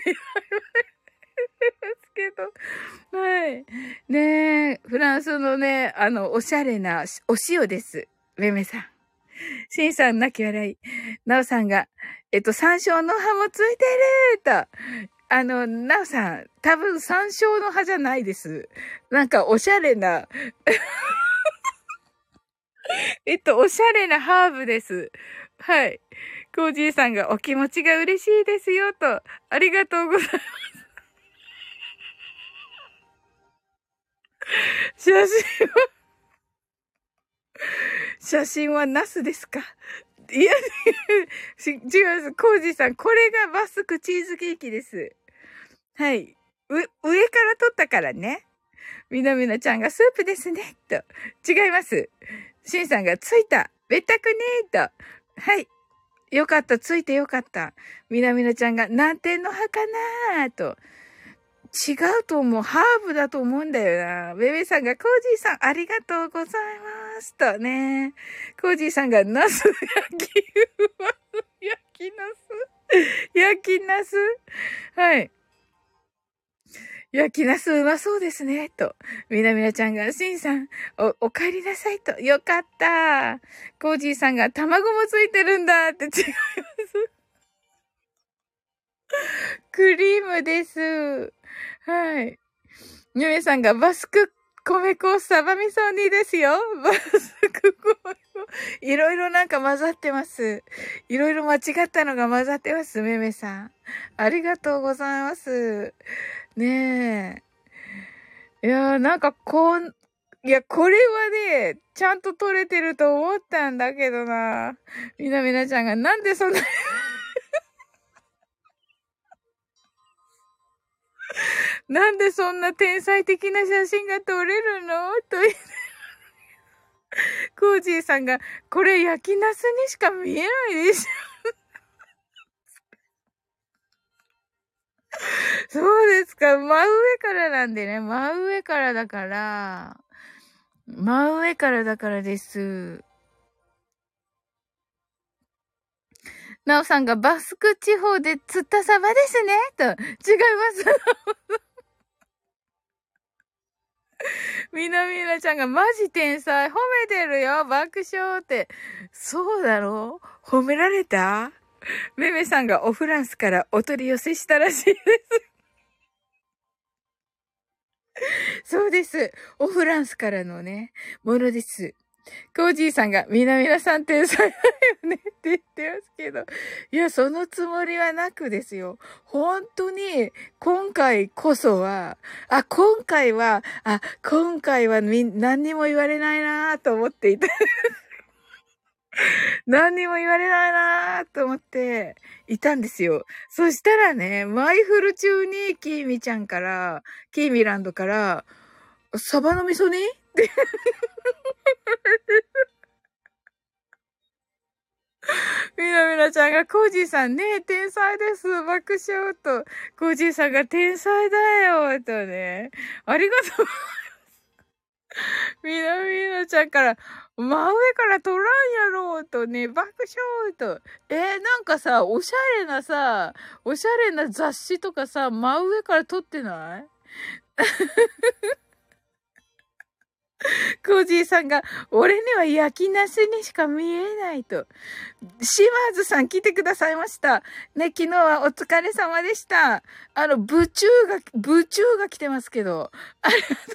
ますけど。はい。ねえ、フランスのね、おしゃれなお塩です。めめさん。しんさん泣き笑い。なおさんが、山椒の葉もついてると。なおさん、多分山椒の葉じゃないです。なんかおしゃれな、おしゃれなハーブです。はい。コージーさんがお気持ちが嬉しいですよと。ありがとうございます。写真はナスですか？いや、違います。コージーさん、これがバスクチーズケーキです。はい。上から撮ったからね。みなみなちゃんがスープですね。と。違います。しんさんがついた。べったくねーと。はい。よかった。ついてよかった。みなみなちゃんが何点の葉かなーと。違うと思う。ハーブだと思うんだよな。ベベさんがコージーさんありがとうございます。とね。コージーさんがナス焼きナス焼きナスはい。焼きナスうまそうですね。と。みなみなちゃんが、しんさん、お帰りなさいと。よかった。コージーさんが、卵もついてるんだって違います。クリームです。はい。ゆめさんが、バスク米粉サバ味噌煮ですよ。バスク米粉。いろいろなんか混ざってます。いろいろ間違ったのが混ざってます、めめさん。ありがとうございます。ねえ。いやー、なんかいや、これはね、ちゃんと撮れてると思ったんだけどな。みなちゃんが、なんでそんななんでそんな天才的な写真が撮れるのと言って、コージーさんが、これ焼きナスにしか見えないでしょ。そうですか。真上からなんでね。真上からだから。真上からだからです。なおさんがバスク地方で釣ったサバですね。と。違います。みなちゃんがマジ天才。褒めてるよ。爆笑って。そうだろう？褒められた？めめさんがオフランスからお取り寄せしたらしいです。そうです。オフランスからのね、ものです。コージーさんが、みなさん天才だよねって言ってますけど。いや、そのつもりはなくですよ。本当に、今回こそは、今回は何にも言われないなと思っていた。何にも言われないなと思っていたんですよ。そしたらね、マイフル中にキーミランドから、サバの味噌煮ってみなちゃんが、コージーさんね、天才です。爆笑と。コージーさんが天才だよ、とね。ありがとう。みなちゃんから、真上から撮らんやろ、とね、爆笑と。なんかさ、おしゃれな雑誌とかさ、真上から撮ってないコージーさんが、俺には焼きなしにしか見えないと。島津さん来てくださいました。ね、昨日はお疲れ様でした。部中が来てますけど。ありがとう。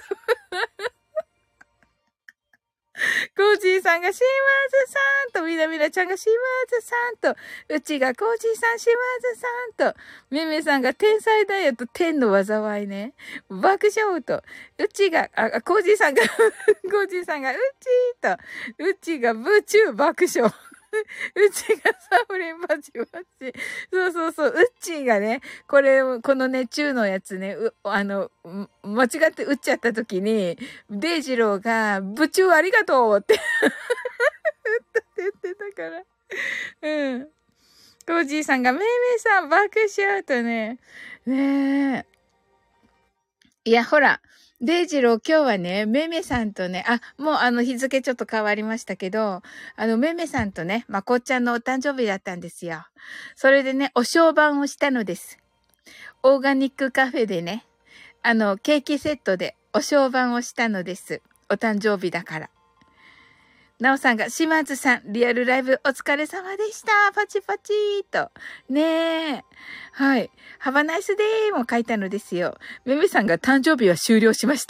コージーさんが島津さんと、みなちゃんが島津さんと、うちがコージーさん、島津さんと、めめさんが天才だよと、天の災いね。爆笑と、うちが、コージーさんがコージーさんが、うちーと、うちが部中爆笑。うちがサオリンバチバチ。そう。うっちーがね、このね、中のやつね、間違って打っちゃった時に、デイジローが、部長ありがとうって言ってたから。うん。コージーさんが、めいめいさん爆笑とね。ねえ。いや、ほら、 デイジロー、今日はね、めめさんとね、もう日付ちょっと変わりましたけど、めめさんとね、まこっちゃんのお誕生日だったんですよ。それでね、お商売をしたのです。オーガニックカフェでね、ケーキセットでお商売をしたのです。お誕生日だから。なおさんが、島津さん、リアルライブお疲れ様でした。パチパチーと。ねえ。はい。ハバナイスデーも書いたのですよ。めめさんが誕生日は終了しました。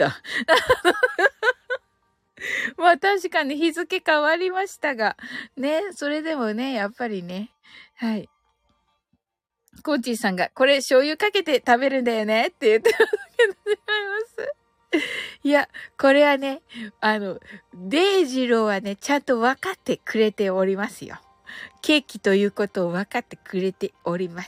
まあ確かに日付変わりましたが。ね、それでもね、やっぱりね。はい。コーチーさんが、これ醤油かけて食べるんだよねって言ってますけど、違います。いや、これはね、デイジローはね、ちゃんと分かってくれておりますよ。ケーキということを分かってくれております。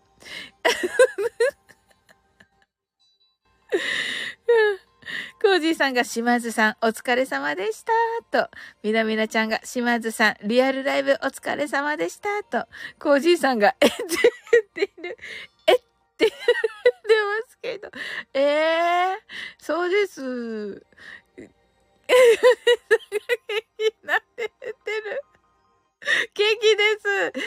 コージーさんが島津さんお疲れ様でしたと。みなみなちゃんが島津さんリアルライブお疲れ様でしたと。コージーさんがって言ってる。って言ってますけど。そうです。なんて言ってる。ケーキです。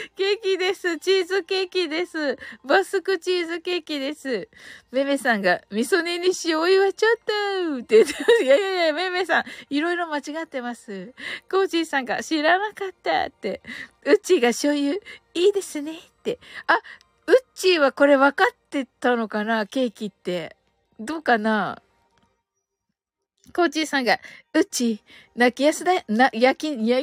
ケーキです。チーズケーキです。バスクチーズケーキです。めめさんが、味噌煮に塩お湯はちょっとって言ってます。いやいやいや、めめさん、いろいろ間違ってます。コージーさんが、知らなかったって。うっちーが醤油、いいですねって。うっちーはこれ分かってたのかなケーキって。どうかなコージーさんが、うっちー、泣きやすだよ、焼き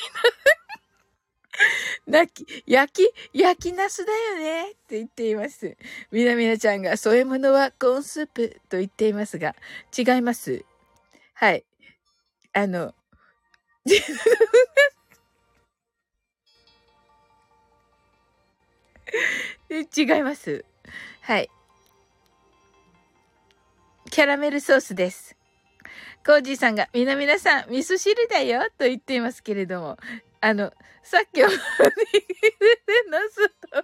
焼きナスだよねって言っています。みなみなちゃんが添え物はコーンスープと言っていますが、違います。はい。違います。はい。キャラメルソースです。コージーさんが、みなみなさん、味噌汁だよと言っていますけれども、さっきおにぎりでナス食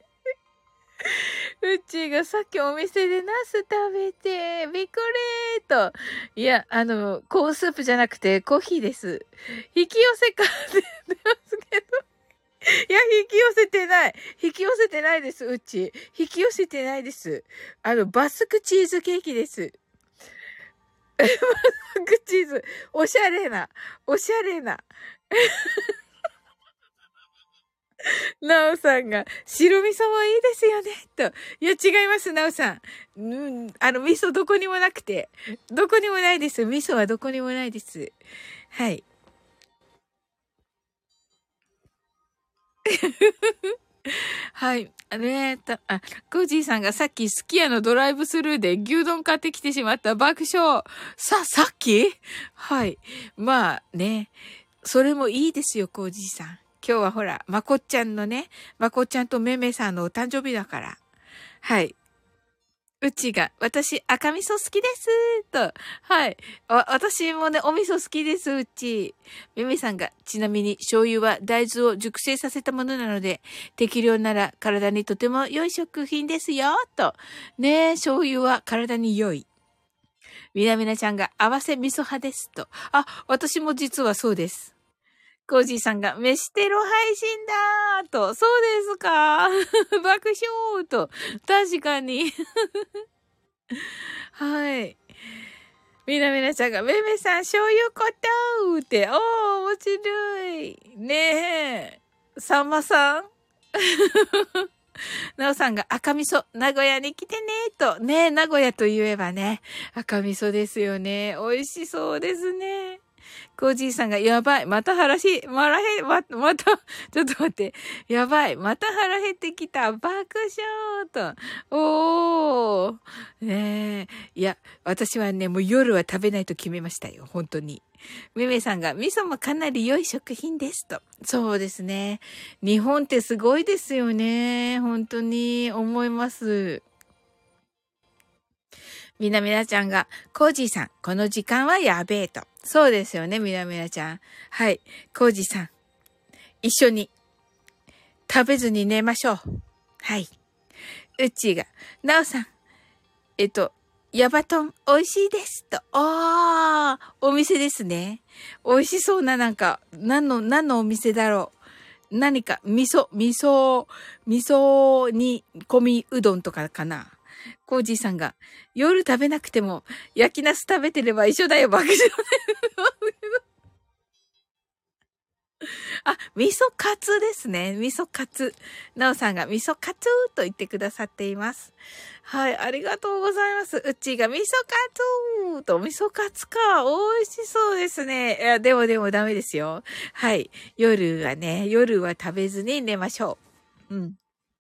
べ、うちがさっきお店でナス食べて、びっくりーと。いや、コーンスープじゃなくてコーヒーです。引き寄せ感って言ってますけど。いや、引き寄せてない。引き寄せてないです、うち。引き寄せてないです。バスクチーズケーキです。バスクチーズ。おしゃれな。おしゃれな。なおさんが、白味噌もいいですよね、と。いや、違います、なおさん。味噌どこにもなくて。どこにもないです。味噌はどこにもないです。はい。はい。コージーさんがさっきすき家のドライブスルーで牛丼買ってきてしまった爆笑。さっきはい。まあね。それもいいですよ、コージーさん。今日はほら、まこっちゃんのね、まこっちゃんとめめさんのお誕生日だから。はい。うちが、私、赤味噌好きです。と。はい。私もね、お味噌好きです、うち。めめさんが、ちなみに醤油は大豆を熟成させたものなので、適量なら体にとても良い食品ですよ。と。ねえ、醤油は体に良い。みなみなちゃんが、合わせ味噌派です。と。私も実はそうです。コージーさんが、飯テロ配信だーと、そうですか爆笑と、確かに。はい。みなみなちゃんが、めめさん、醤油粉とって、面白い。ねえ。さんまさんなおさんが赤味噌、名古屋に来てねと。ねえ、名古屋といえばね、赤味噌ですよね。美味しそうですね。コージーさんが、やばい、またまた、ちょっと待って、やばい、また腹減ってきた、爆笑と。おー。ねえ。いや、私はね、もう夜は食べないと決めましたよ、本当に。めめさんが、味噌もかなり良い食品ですと。そうですね。日本ってすごいですよね。本当に思います。みなみなちゃんが、コージーさん、この時間はやべえと。そうですよね、みなみなちゃん。はい。コージーさん、一緒に食べずに寝ましょう。はい。うっちーが、なおさん、 ヤバトン、美味しいですと。お店ですね。美味しそうな、なんか、何のお店だろう。何か、味噌煮込みうどんとかかな。コージーさんが、夜食べなくても、焼きナス食べてれば一緒だよ、爆笑。味噌カツですね。味噌カツ。なおさんが味噌カツと言ってくださっています。はい、ありがとうございます。うちが味噌カツと、味噌カツか。美味しそうですね。いや、でもダメですよ。はい。夜は食べずに寝ましょう。うん。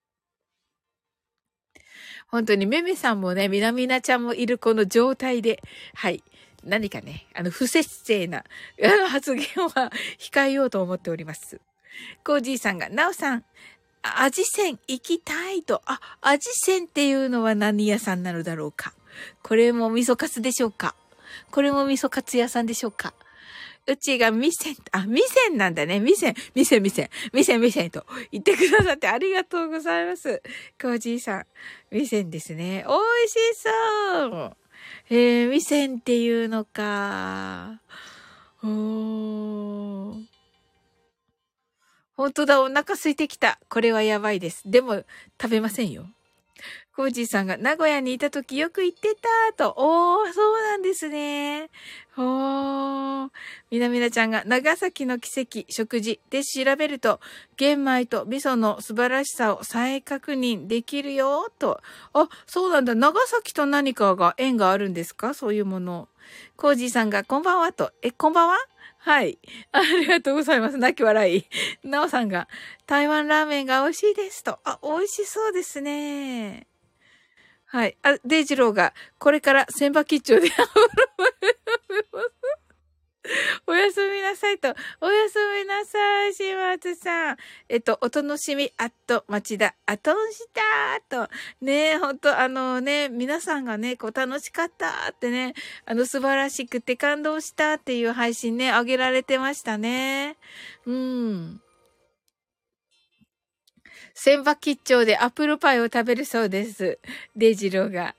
本当にめめさんもね、みなみなちゃんもいるこの状態で、はい。何かね、不節制な、発言は控えようと思っております。コージーさんが、なおさん、アジセン行きたいと。アジセンっていうのは何屋さんなのだろうか。これも味噌カツでしょうか。これも味噌カツ屋さんでしょうか。うちが味仙なんだね。味仙と言ってくださってありがとうございます。コージーさん。味仙ですね。美味しそう。味仙っていうのか。本当だ、お腹空いてきた。これはやばいです。でも、食べませんよ。コージーさんが名古屋にいた時よく行ってたと。そうなんですね。みなみなちゃんが長崎の奇跡食事で調べると、玄米と味噌の素晴らしさを再確認できるよ、と。そうなんだ。長崎と何かが縁があるんですか？そういうもの。コージーさんがこんばんはと。こんばんは？はい。ありがとうございます。泣き笑い。なおさんが、台湾ラーメンが美味しいですと。美味しそうですね。はい。デイジローが、これから千葉吉兆でおやすみなさいと。おやすみなさい、島津さん。お楽しみ、町田、後押したと。ね、ほんと、皆さんがね、楽しかったってね、素晴らしくて感動したっていう配信ね、あげられてましたね。うん。千葉吉兆でアップルパイを食べるそうです。デイジローが。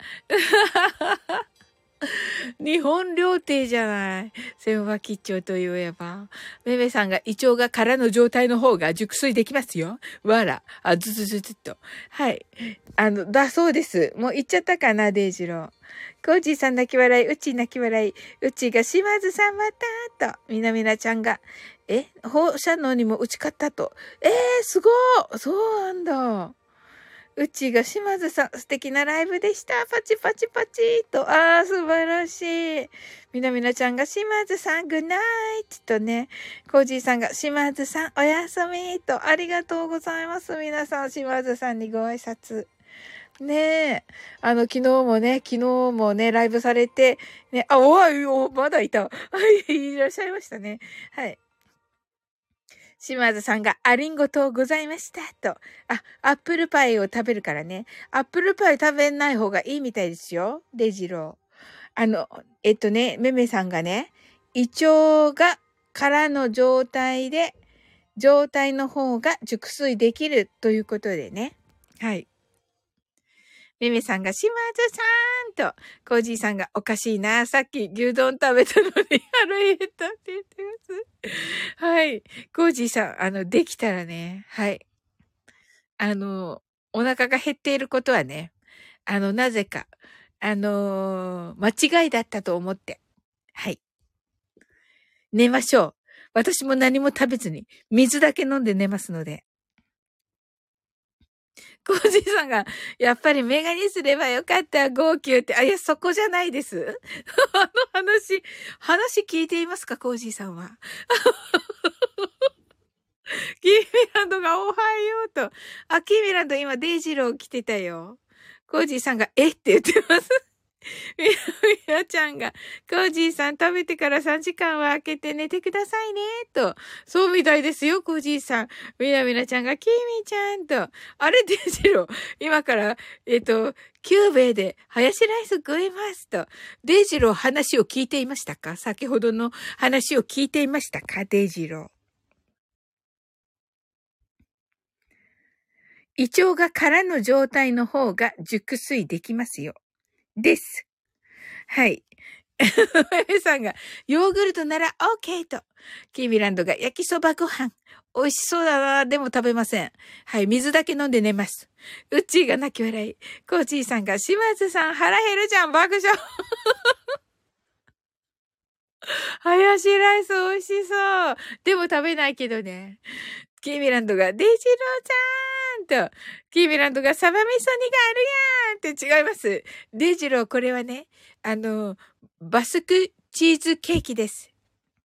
日本料亭じゃない。千葉吉兆と言えば。めめさんが胃腸が空の状態の方が熟睡できますよ。わら。ずずっと。はい。だそうです。もう言っちゃったかな、デイジロー。コージーさん泣き笑い、うち泣き笑い、うちが島津さんまたと、みなみなちゃんが、放射能にも打ち勝ったと。すごいそうなんだ。うちが島津さん、素敵なライブでした。パチパチパチと。素晴らしい。みなみなちゃんが島津さん、グッナイトとね。コージーさんが島津さん、おやすみと。ありがとうございます。皆さん、島津さんにご挨拶。ねえ。昨日もね、ライブされて、ね、まだいた。はい、いらっしゃいましたね。はい。島津さんがありがとうございましたと。アップルパイを食べるからね。アップルパイ食べない方がいいみたいですよ。デジロー。めめさんがね、胃腸が空の状態の方が熟睡できるということでね。はい。めめさんが島津さんと、コージーさんがおかしいな。さっき牛丼食べたのに腹減ったって言ってます。はい。コージーさん、できたらね、はい。お腹が減っていることはね、なぜか、間違いだったと思って、はい。寝ましょう。私も何も食べずに、水だけ飲んで寝ますので。コージーさんが、やっぱりメガにすればよかった、号泣って。いや、そこじゃないです。話聞いていますか、コージーさんは。キーミランドがおはようと。キーミランド今デイジロー来てたよ。コージーさんが、って言ってます。みなちゃんが、コージーさん食べてから3時間は空けて寝てくださいね、と。そうみたいですよ、コージーさん。みなちゃんが、キーミちゃんと。あれ、デジロー。今から、キューベイで、ハヤシライス食いますと。デイジロー話を聞いていましたか？先ほどの話を聞いていましたか？デイジロー。胃腸が空の状態の方が熟睡できますよ。です。 はい。めめさんが、ヨーグルトなら OK と。キーミランドが焼きそばご飯。美味しそうだな。でも食べません。はい。水だけ飲んで寝ます。うっちーが泣き笑い。コーチーさんが、島津さん腹減るじゃん。爆笑。ハヤシライス美味しそう。でも食べないけどね。キーミランドが、デジローちゃんと、キーミランドがサバ味噌煮があるやんって違います。デジロー、これはね、バスクチーズケーキです。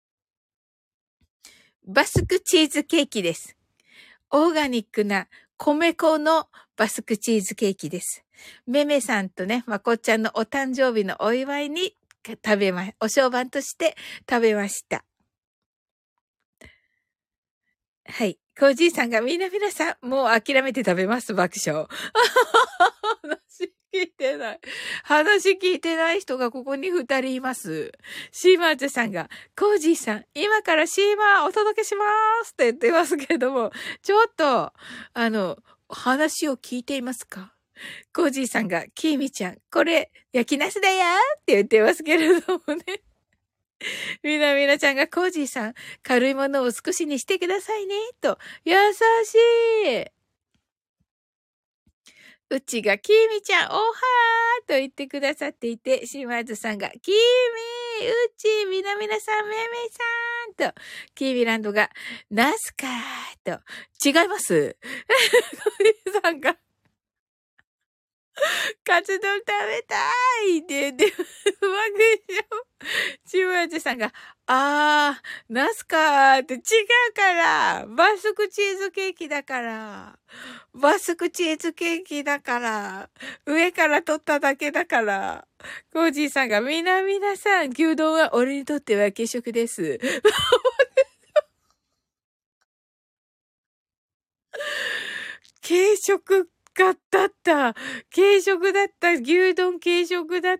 バスクチーズケーキです。オーガニックな米粉のバスクチーズケーキです。めめさんとね、まこっちゃんのお誕生日のお祝いにお正晩として食べました。はい。コージーさんが皆さん、もう諦めて食べます、爆笑。話聞いてない。話聞いてない人がここに2人います。シーマーズさんが、コージーさん、今からシーマーお届けしますって言ってますけれども、ちょっと、話を聞いていますか？コージーさんが、キーミちゃん、これ、焼きナスだよって言ってますけれどもね。みなちゃんが、コージーさん、軽いものを少しにしてくださいね、と。優しい。うちが、キーミちゃん、おはーと言ってくださっていて、島津さんが、キーミー、うち、みなさん、めめさん、と、キーミランドが、ナスカー、と、違います。コージーさんが、カツ丼食べたいって言って、うまくしょ。シムヤジさんが、ナスカーって違うから、バスクチーズケーキだから、バスクチーズケーキだから、上から取っただけだから、コージーさんが、みなさん、牛丼は俺にとっては軽食です。軽食だった。軽食だった。牛丼軽食だった。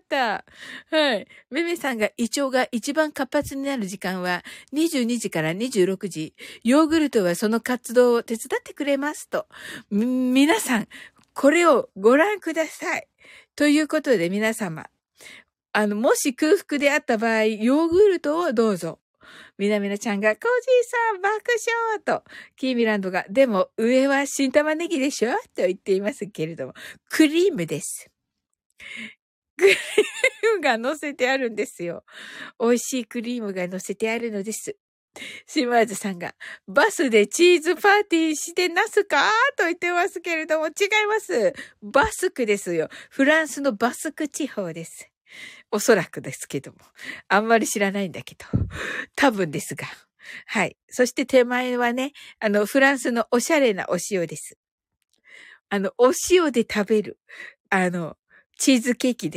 はい。めめさんが胃腸が一番活発になる時間は22時から26時。ヨーグルトはその活動を手伝ってくれますと。皆さん、これをご覧ください。ということで皆様、もし空腹であった場合、ヨーグルトをどうぞ。みなちゃんが、コージーさん爆笑と、キーミランドが、でも上は新玉ねぎでしょと言っていますけれども、クリームです。クリームが乗せてあるんですよ。美味しいクリームが乗せてあるのです。島津さんが、バスでチーズパーティーしてなすかと言ってますけれども、違います。バスクですよ。フランスのバスク地方です。おそらくですけども。あんまり知らないんだけど。多分ですが。はい。そして手前はね、フランスのおしゃれなお塩です。お塩で食べる、チーズケーキです。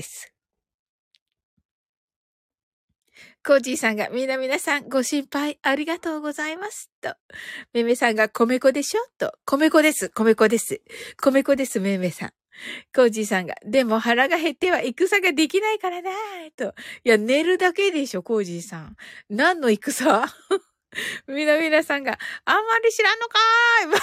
コージーさんが、皆さんご心配ありがとうございます。と。めめさんが米粉でしょと。米粉です。米粉です。米粉です、めめさん。コージーさんが、でも腹が減っては戦ができないからなと。いや、寝るだけでしょ、コージーさん。何の戦皆さんが、あんまり知らんのかーい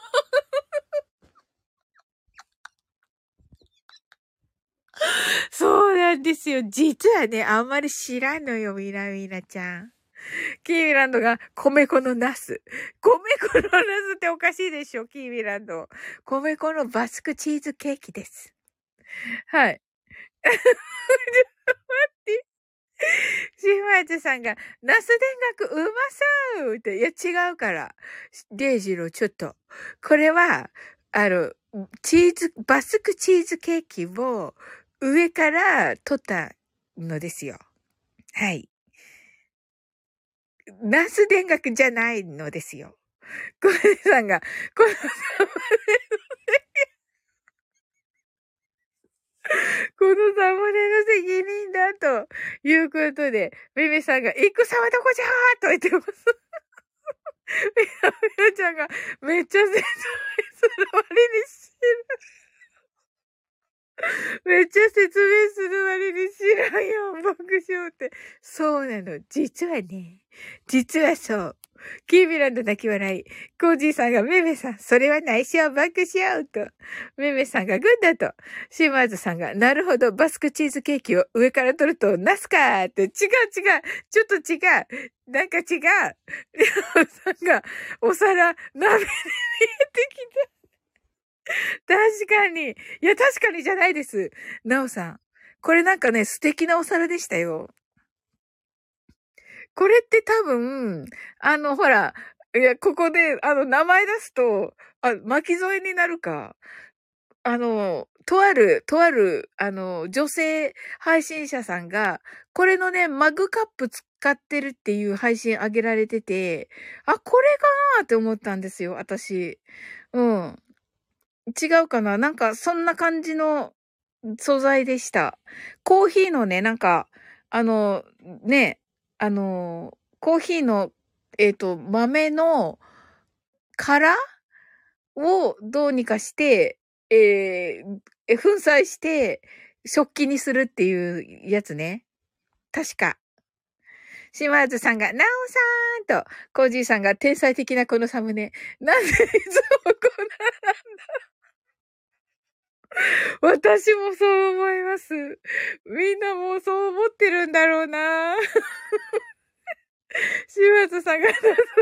そうなんですよ。実はね、あんまり知らんのよ、みなちゃん。キーミランドが米粉のナス。米粉のナスっておかしいでしょ、キーミランド。米粉のバスクチーズケーキです。はい。ちょっと待って。シーマーズさんが、ナス田楽うまそうって。いや、違うから。デイジロー、ちょっと。これは、バスクチーズケーキを上から取ったのですよ。はい。ナス田楽じゃないのですよ。コネさんが、このこのサムネの責任だということで、ベベさんが、戦はどこじゃーと言ってます。みなちゃんが、めっちゃ説明する割にしてる。めっちゃ説明する割に知らんよ、爆笑って。そうなの。実はそう。 キービランド泣き笑い。コージーさんが、メメさん、それは内緒、爆笑と。メメさんが、グッだと。シマーズさんが、なるほど、バスクチーズケーキを上から取ると、ナスかーって、違う。ちょっと違う。なんか違う。さんが、お皿、鍋で見えてきた。確かに。いや、確かにじゃないです。ナオさん。これなんかね、素敵なお皿でしたよ。これって多分、ほら、いや、ここで、名前出すと、巻き添えになるか。とある、女性配信者さんが、これのね、マグカップ使ってるっていう配信上げられてて、あ、これかなって思ったんですよ、私。うん。違うかななんか、そんな感じの素材でした。コーヒーのね、なんか、ね、コーヒーの、豆の殻をどうにかして、粉砕して、食器にするっていうやつね。確か。島津さんが、なおさんと、コージーさんが天才的なこのサムネ。なんでいつもこうな私もそう思います。みんなもそう思ってるんだろうな。島津さんが、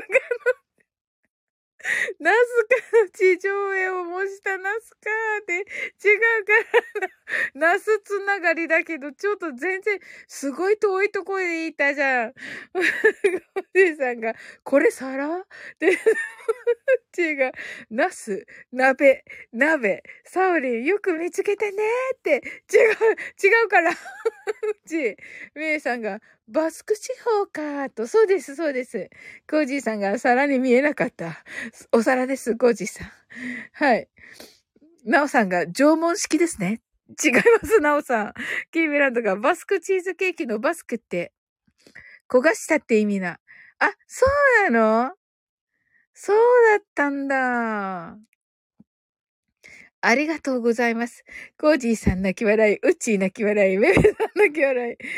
ナスカの地上絵を模したナスカーで、違うからナスつながりだけど、ちょっと全然、すごい遠いところで言ったじゃん。ゴジさんが、これ皿で、違う。ナス、鍋、サウリン、よく見つけてねって、違うから。メイさんが、バスク地方かと、そうです。コージーさんが皿に見えなかった。お皿です、コージーさん。はい。ナオさんが、縄文式ですね。違います、ナオさん。キーミランドが、バスクチーズケーキのバスクって、焦がしたって意味な。あ、そうなの？そうだったんだ。ありがとうございます。コージーさん泣き笑い、ウッチー泣き笑い、メメさん泣き笑い。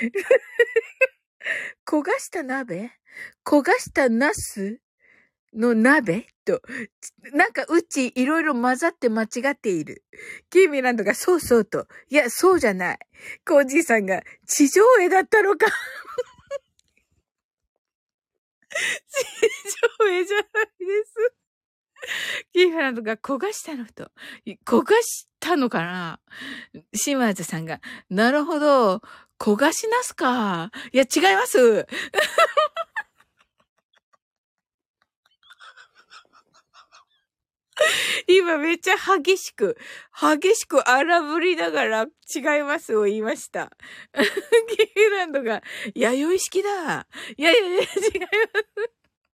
焦がした鍋？焦がしたナスの鍋と、なんかうちいろいろ混ざって間違っている。キーミランドがそうと。いや、そうじゃない。コージーさんが地上絵だったのか。地上絵じゃないです。キーミランドが焦がしたのと。焦がしたのかな？シマーズさんが、なるほど。焦がしナスか。いや、違います。今めっちゃ激しく荒ぶりながら違いますを言いました。キーランドが、弥生式だ。いや、違います。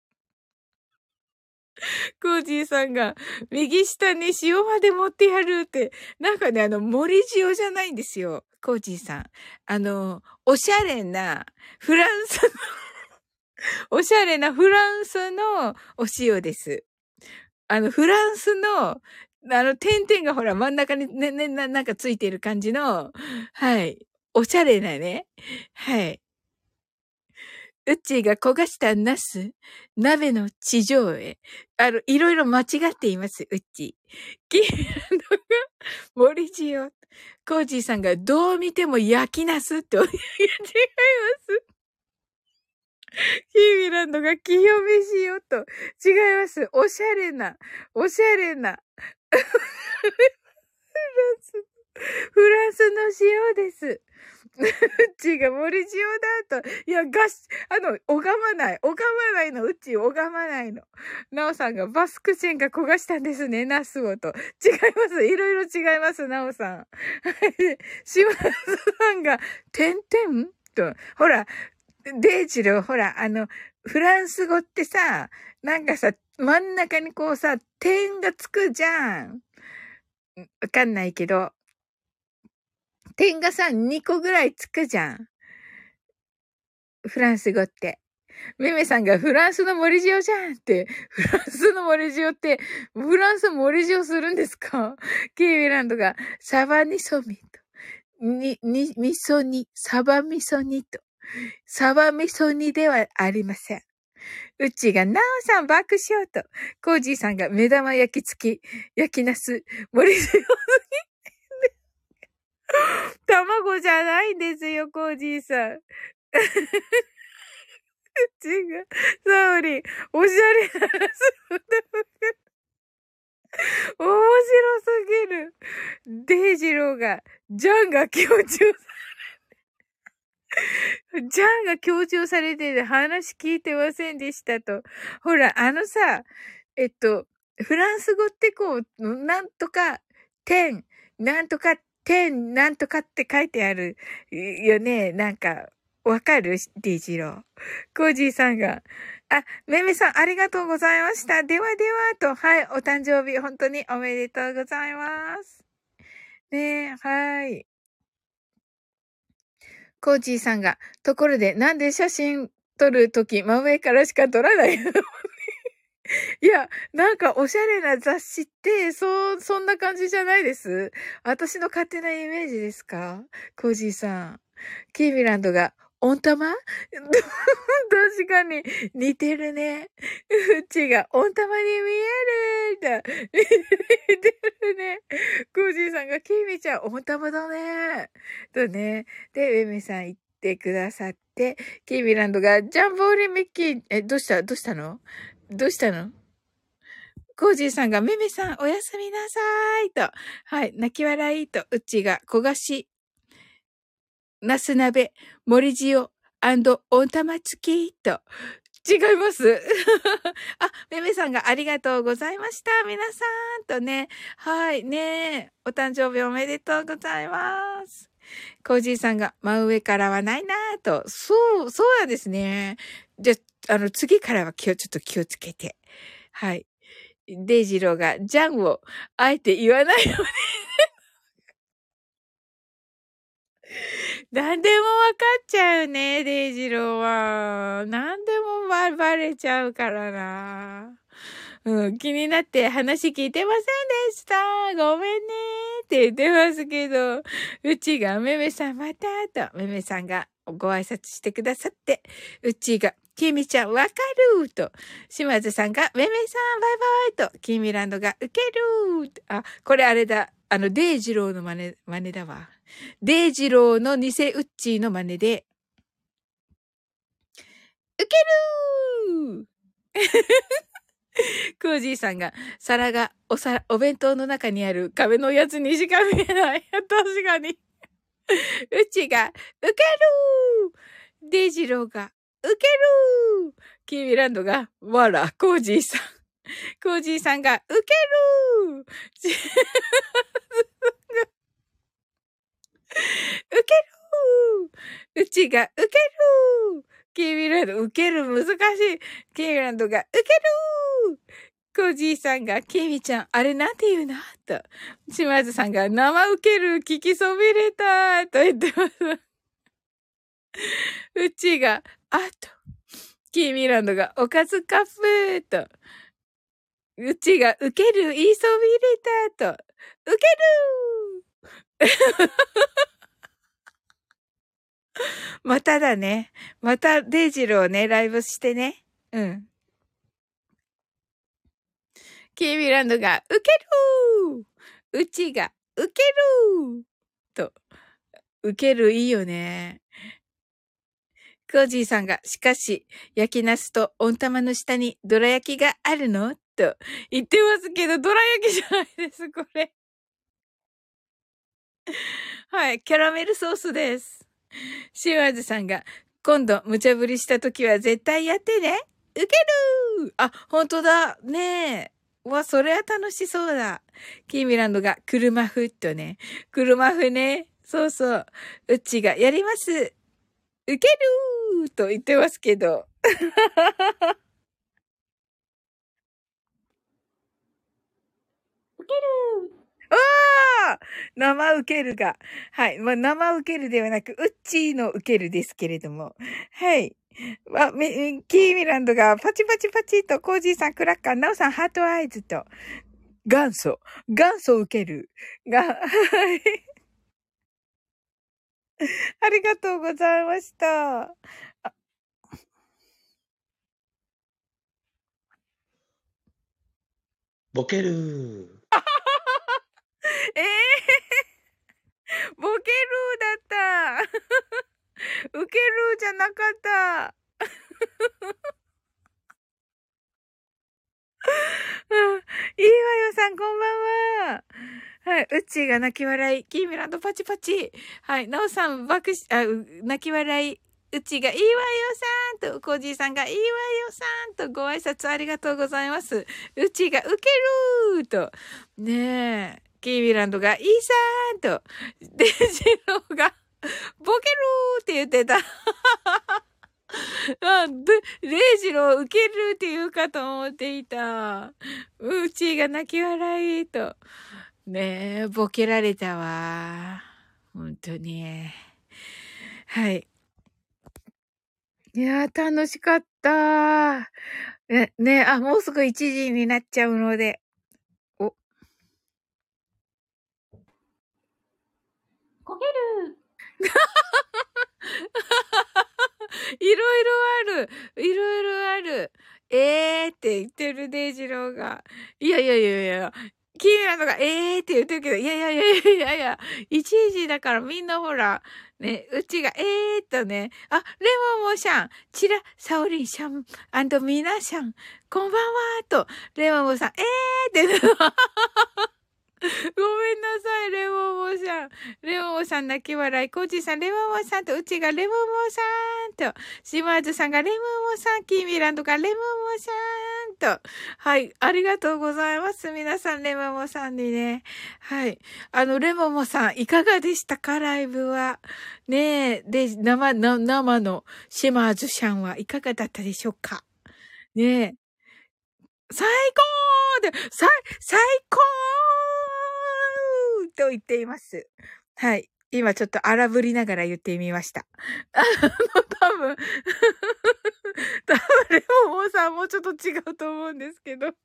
コージーさんが、右下に塩まで持ってやるって。なんかね、森塩じゃないんですよ。コージーさん。おしゃれな、フランスのおしゃれなフランスのお塩です。フランスの、点々がほら真ん中になんかついてる感じの、はい。おしゃれなね。はい。うっちーが焦がしたナス、鍋の地上絵。いろいろ間違っています、うっちー。キーランドが森塩。コージーさんがどう見ても焼きナスって、いや、違います。キーミランドが清めしようと。違います。おしゃれな。フランスの塩です。うちが森塩だと。いや、拝まないの。うち拝まないの。なおさんがバスクチンが焦がしたんですね、ナスをと。違います。いろいろ違います、なおさん。はい。島田さんが、点々と。ほら、デイジロー、ほら、フランス語ってさ、なんかさ、真ん中にこうさ、点がつくじゃん。わかんないけど。点がさ、2個ぐらいつくじゃん。フランス語って。メメさんがフランスの森塩じゃんって。フランスの森塩って、フランス森塩するんですか？キーウィランドがサバニソミと。味噌煮、サバ味噌煮と。サバ味噌煮ではありません。 うちが、なおさん爆笑と。コージーさんが目玉焼き付き、焼きナス、盛り付け卵じゃないんですよ、コージーさん。違う。サオリン、おしゃれなラス面白すぎる。デイジローが、ジャンが強調ジャンが強調されてて話聞いてませんでしたと。ほら、さ、フランス語ってこう、なんとか、なんとか、なんとかって書いてあるよね。なんか、わかるデイジロー。コージーさんが、めめさんありがとうございました。ではではと、はい、お誕生日本当におめでとうございます。ねえ、はい。コージーさんが、ところでなんで写真撮るとき真上からしか撮らないのいや、なんかおしゃれな雑誌って、そんな感じじゃないです。私の勝手なイメージですかコージーさん。キーミランドが、温玉確かに似てるね。うちが温玉に見える似てるね。コージーさんが、キーミちゃん温玉だね。とね。で、ウェメさん言ってくださって、キーミランドが、ジャンボーリミッキー、どうしたのコージーさんが、めめさん、おやすみなさいと。はい、泣き笑いと、うちが、焦がし、ナス鍋、盛り塩、温玉付きと。違います。めめさんがありがとうございました。皆さんとね。はい、ねお誕生日おめでとうございます。コージーさんが真上からはないなぁと。そうやですね。じゃ、次からはちょっと気をつけて。はい。デイジローがジャンをあえて言わないように。何でもわかっちゃうね、デイジローは。何でもバレちゃうからな。うん、気になって話聞いてませんでした。ごめんねって言ってますけど、うちがめめさんまたと、めめさんがご挨拶してくださって、うちがきみちゃんわかると、島津さんがめめさんバイバイと、キミランドがウケるこれあれだ。デイジローの真似だわ。デイジローの偽ウッチーの真似で、ウケるコージーさんが、皿がお弁当の中にある壁のやつにしか見えない。確かに。うちが、ウケるデイジローが、ウケるキーミランドが、わら、コージーさん。コージーさんが、ウケるウケるうちが、ウケるキーミランド、ウケる難しい。キーミランドが、ウケるコージーさんが、キーミちゃん、あれなんて言うのと。島津さんが、生ウケる、聞きそびれたと言ってます。うちが、と。キーミランドが、おかずカップと。うちが、ウケる、言いそびれたと。ウケるまただね。またデイジローね、ライブしてね。うん。キーミランドが、ウケるうちが、ウケると。ウケるいいよね。コージーさんが、しかし、焼きナスと温玉の下にどら焼きがあるのと言ってますけど、どら焼きじゃないです、これ。はい、キャラメルソースです。シワーズさんが、今度無茶ぶりした時は絶対やってね。ウケる本当だ。ねえ。それは楽しそうだ。キーミランドが車フッとね。車フね。そうそう。うちがやります。ウケると言ってますけど。ウケる生ウケるが。はい。生ウケるではなく、ウッチーのウケるですけれども。はい。キーミランドがパチパチパチと、コージーさんクラッカー、ナオさんハートアイズと、元祖ウケるが、はい。ありがとうございました。 ボケるー。 ええー、ボケるーだった。ウケるーじゃなかった。うん、いいわよさん、こんばんは。はい。うっちーが泣き笑い。キーミランドパチパチ。はい。なおさん、泣き笑い。うちがいいわよさんと、コージーさんがいいわよさんと、ご挨拶ありがとうございます。うちがウケるーと、ねえ、キーミランドがいいさーんと、デジローがボケるーって言ってた。レイジローウケるって言うかと思っていた。うちが泣き笑いと。ねえ、ボケられたわ。本当に。はい。いやー、楽しかった。ね、もうすぐ1時になっちゃうので。お。 こける。 いろいろある。いろいろある。って言ってるデイジローが。いやいやいやいや。キーランドがって言ってるけど、いやいやいやいやいや、1時だからみんなほら、ね、うちがとね、あ、レモンもしゃん、チラ、サオリンシャン、ミナシャン、こんばんはと、レモンもさん、ってごめんなさい、レモモさん。レモモさん泣き笑い。コージーさん、レモモさんと、うちがレモモさんと、シマーズさんがレモモさん、キーミランドがレモモさんと。はい、ありがとうございます。皆さん、レモモさんにね。はい。レモモさん、いかがでしたか、ライブは。ねえ、で、生のシマーズさんはいかがだったでしょうか。ねえ。最高で、最高と言っています。はい。今ちょっと荒ぶりながら言ってみました。多分レモンさんもちょっと違うと思うんですけど。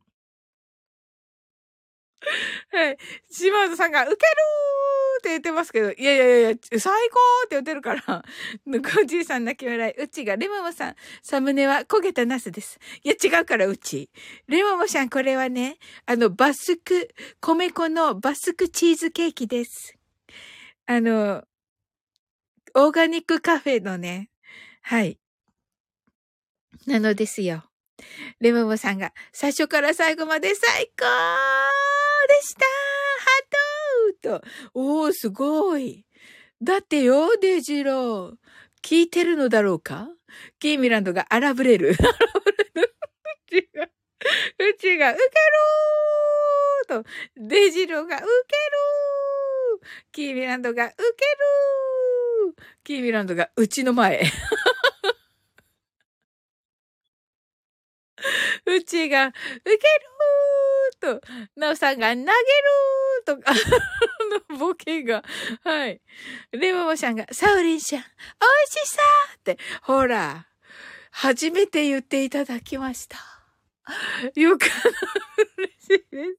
はい。島津さんが、ウケるーって言ってますけど、いやいやいや、最高って言ってるから、コじいさん泣き笑い。うちが、レモモさん、サムネは焦げたナスです。いや、違うから、うち。レモモさん、これはね、バスク、米粉のバスクチーズケーキです。オーガニックカフェのね、はい。なのですよ。レモモさんが、最初から最後まで最高でしたハートと。おー、すごい。だってよ、デジロー。聞いてるのだろうか？キーミランドが荒ぶれる。荒ぶれる。うちが、ウケるーと、デジローが、ウケるー。キーミランドが、ウケるー。キーミランドが、うちの前。うちが、ウケるーと、なおさんが投げるーとか、ボケが、はい。レモモさんが、サウリンちゃん、美味しさーって、ほら、初めて言っていただきました。よかった。嬉しいです。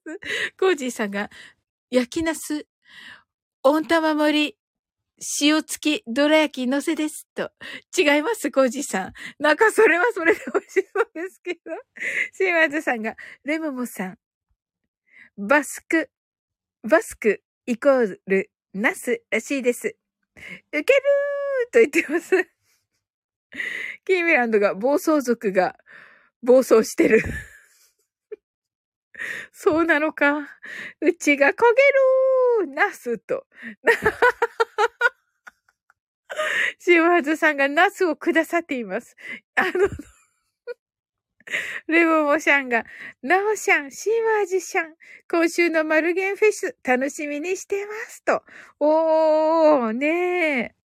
コージーさんが、焼きナス、温玉盛り、塩付き、どら焼き乗せですと。違います、コージーさん。なんかそれはそれで美味しそうですけど。シーマーズさんが、レモモさん、バスクイコール、ナスらしいです。ウケるーと言ってます。キーミランドが、暴走族が、暴走してる。そうなのか。うちが焦げるーナスと。シワーズさんがナスをくださっています。レモモシャンが、ナオシャン、シワーズシャン、今週のマルゲンフェス、楽しみにしてますと。おー、ねえ。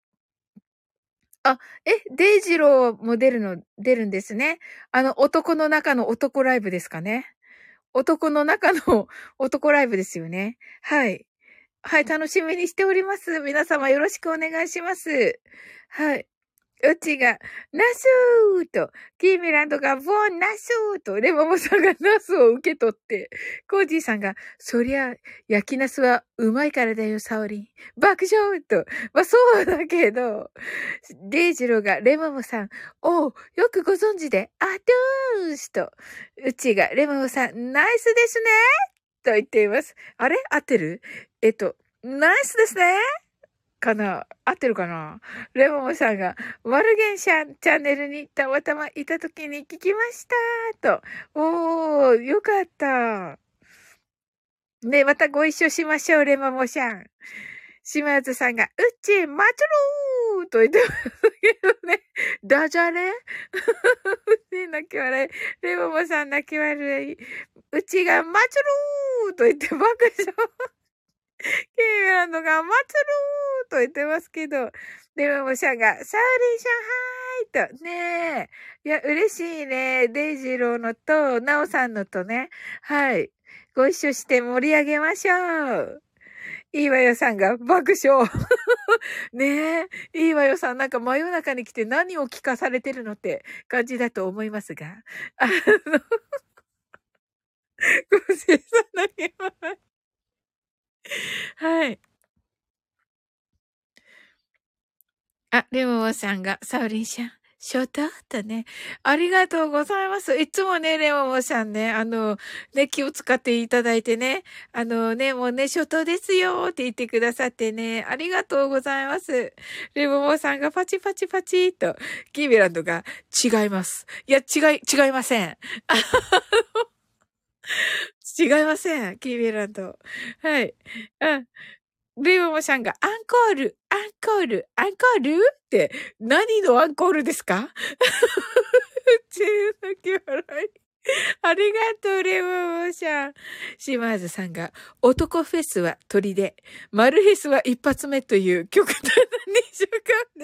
デイジローも出るんですね。男の中の男ライブですかね。男の中の男ライブですよね。はい。はい、楽しみにしております。皆様よろしくお願いします。はい。 うちが、ナスーと、キーミランドが、ボン、ナスーと、レモモさんがナスを受け取って、コージーさんが、そりゃ、焼きナスはうまいからだよ、サオリン。爆笑と。まあ、そうだけど、デイジローが、レモモさん、おう、よくご存知で、あトゥースと、うちが、レモモさん、ナイスですねと言っています。あれ合ってるナイスですねかな合ってるかなレモンさんが、マルゲンシャンチャンネルにたまたまいた時に聞きましたと。おー、よかった。ね、またご一緒しましょう、レモモシャン。島津さんが、うっち、マチュルーと言ってますけどね。ダジャレね、泣き笑い。レモモさん泣き笑い。うちがマチュルーと言って爆笑。ケイランドが、マツルーと言ってますけど、でももしゃんが、サーリンシャンハイと、ねえ。いや、嬉しいね。デイジローのと、ナオさんのとね。はい。ご一緒して盛り上げましょう。いいわよさんが爆笑。ねえ。いいわよさん、なんか真夜中に来て何を聞かされてるのって感じだと思いますが。ご清さんだけは。はい。あ、レモモさんが、サウリンシャン、ショートとね。ありがとうございます。いつもね、レモモさんね、ね、気を使っていただいてね、もうね、ショートですよって言ってくださってね、ありがとうございます。レモモさんがパチパチパチと、キービランドが、違います。いや、違いません。違いません、キービランド。はい。うん。レモモさんが、アンコール、アンコール、アンコールって、何のアンコールですか中泣き笑い。ありがとう、レモモさん。島津さんが、男フェスは鳥で、マルフェスは一発目という極端な二週間です。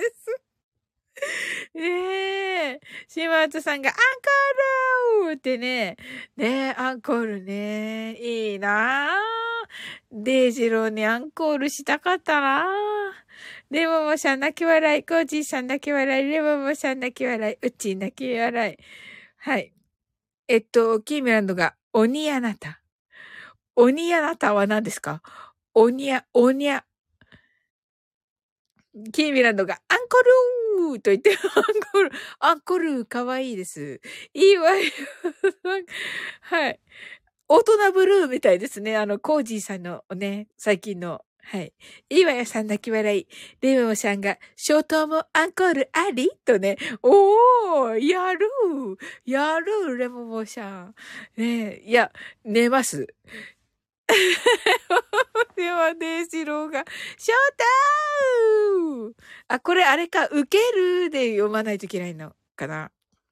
ねえ。島津さんが、アンコールってね。ねえ、アンコールね。いいなぁ。デイジローにアンコールしたかったなぁ。レモモさん泣き笑い。コージーさん泣き笑い。レモモさん泣き笑い。うち泣き笑い。はい。キーミランドが、鬼あなた。鬼あなたは何ですかおにゃ、キーミランドが、アンコルーと言って、アンコルー、かわいいです。いいわよ。はい。大人ブルーみたいですね。コージーさんのね、最近の。はい。いいわよさん泣き笑い。レモンさんが、ショートもアンコールありとね。おー、やるレモンさん。ねいや、寝ます。ではね、シローが、ショーターあ、これあれか、受けるで読まないといけないのかな。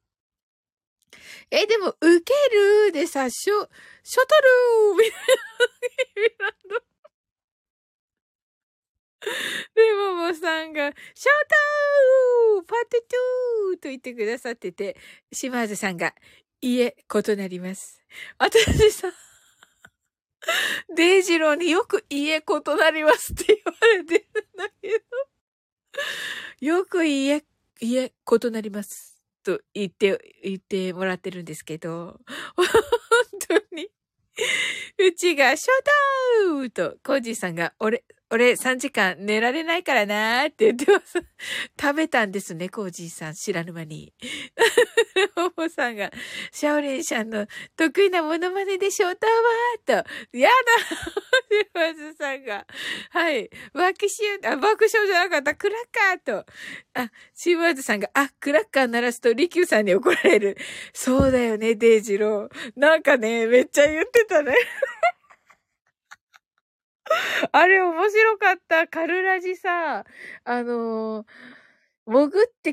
でも、受けるでさ、ショトルーみたいな。レモモさんが、ショートーパート2と言ってくださってて、島津さんが、いえ、異なります。私さ、デイジローによくいえ、異なりますって言われてるんだけど、よくいえ、異なります。と言ってもらってるんですけど、本当に。うちが、ショートーと、コージーさんが、俺3時間寝られないからなーって言ってます。食べたんですね、コージーさん、知らぬ間に。モモさんが、シャオリンさんの得意なモノマネでショーターワーと、やだシマズさんが、はい、爆笑じゃなかった、クラッカーと、シマズさんが、クラッカー鳴らすとリキューさんに怒られる。そうだよね、デイジロー。なんかね、めっちゃ言ってたね。あれ面白かった。カルラジさ、潜って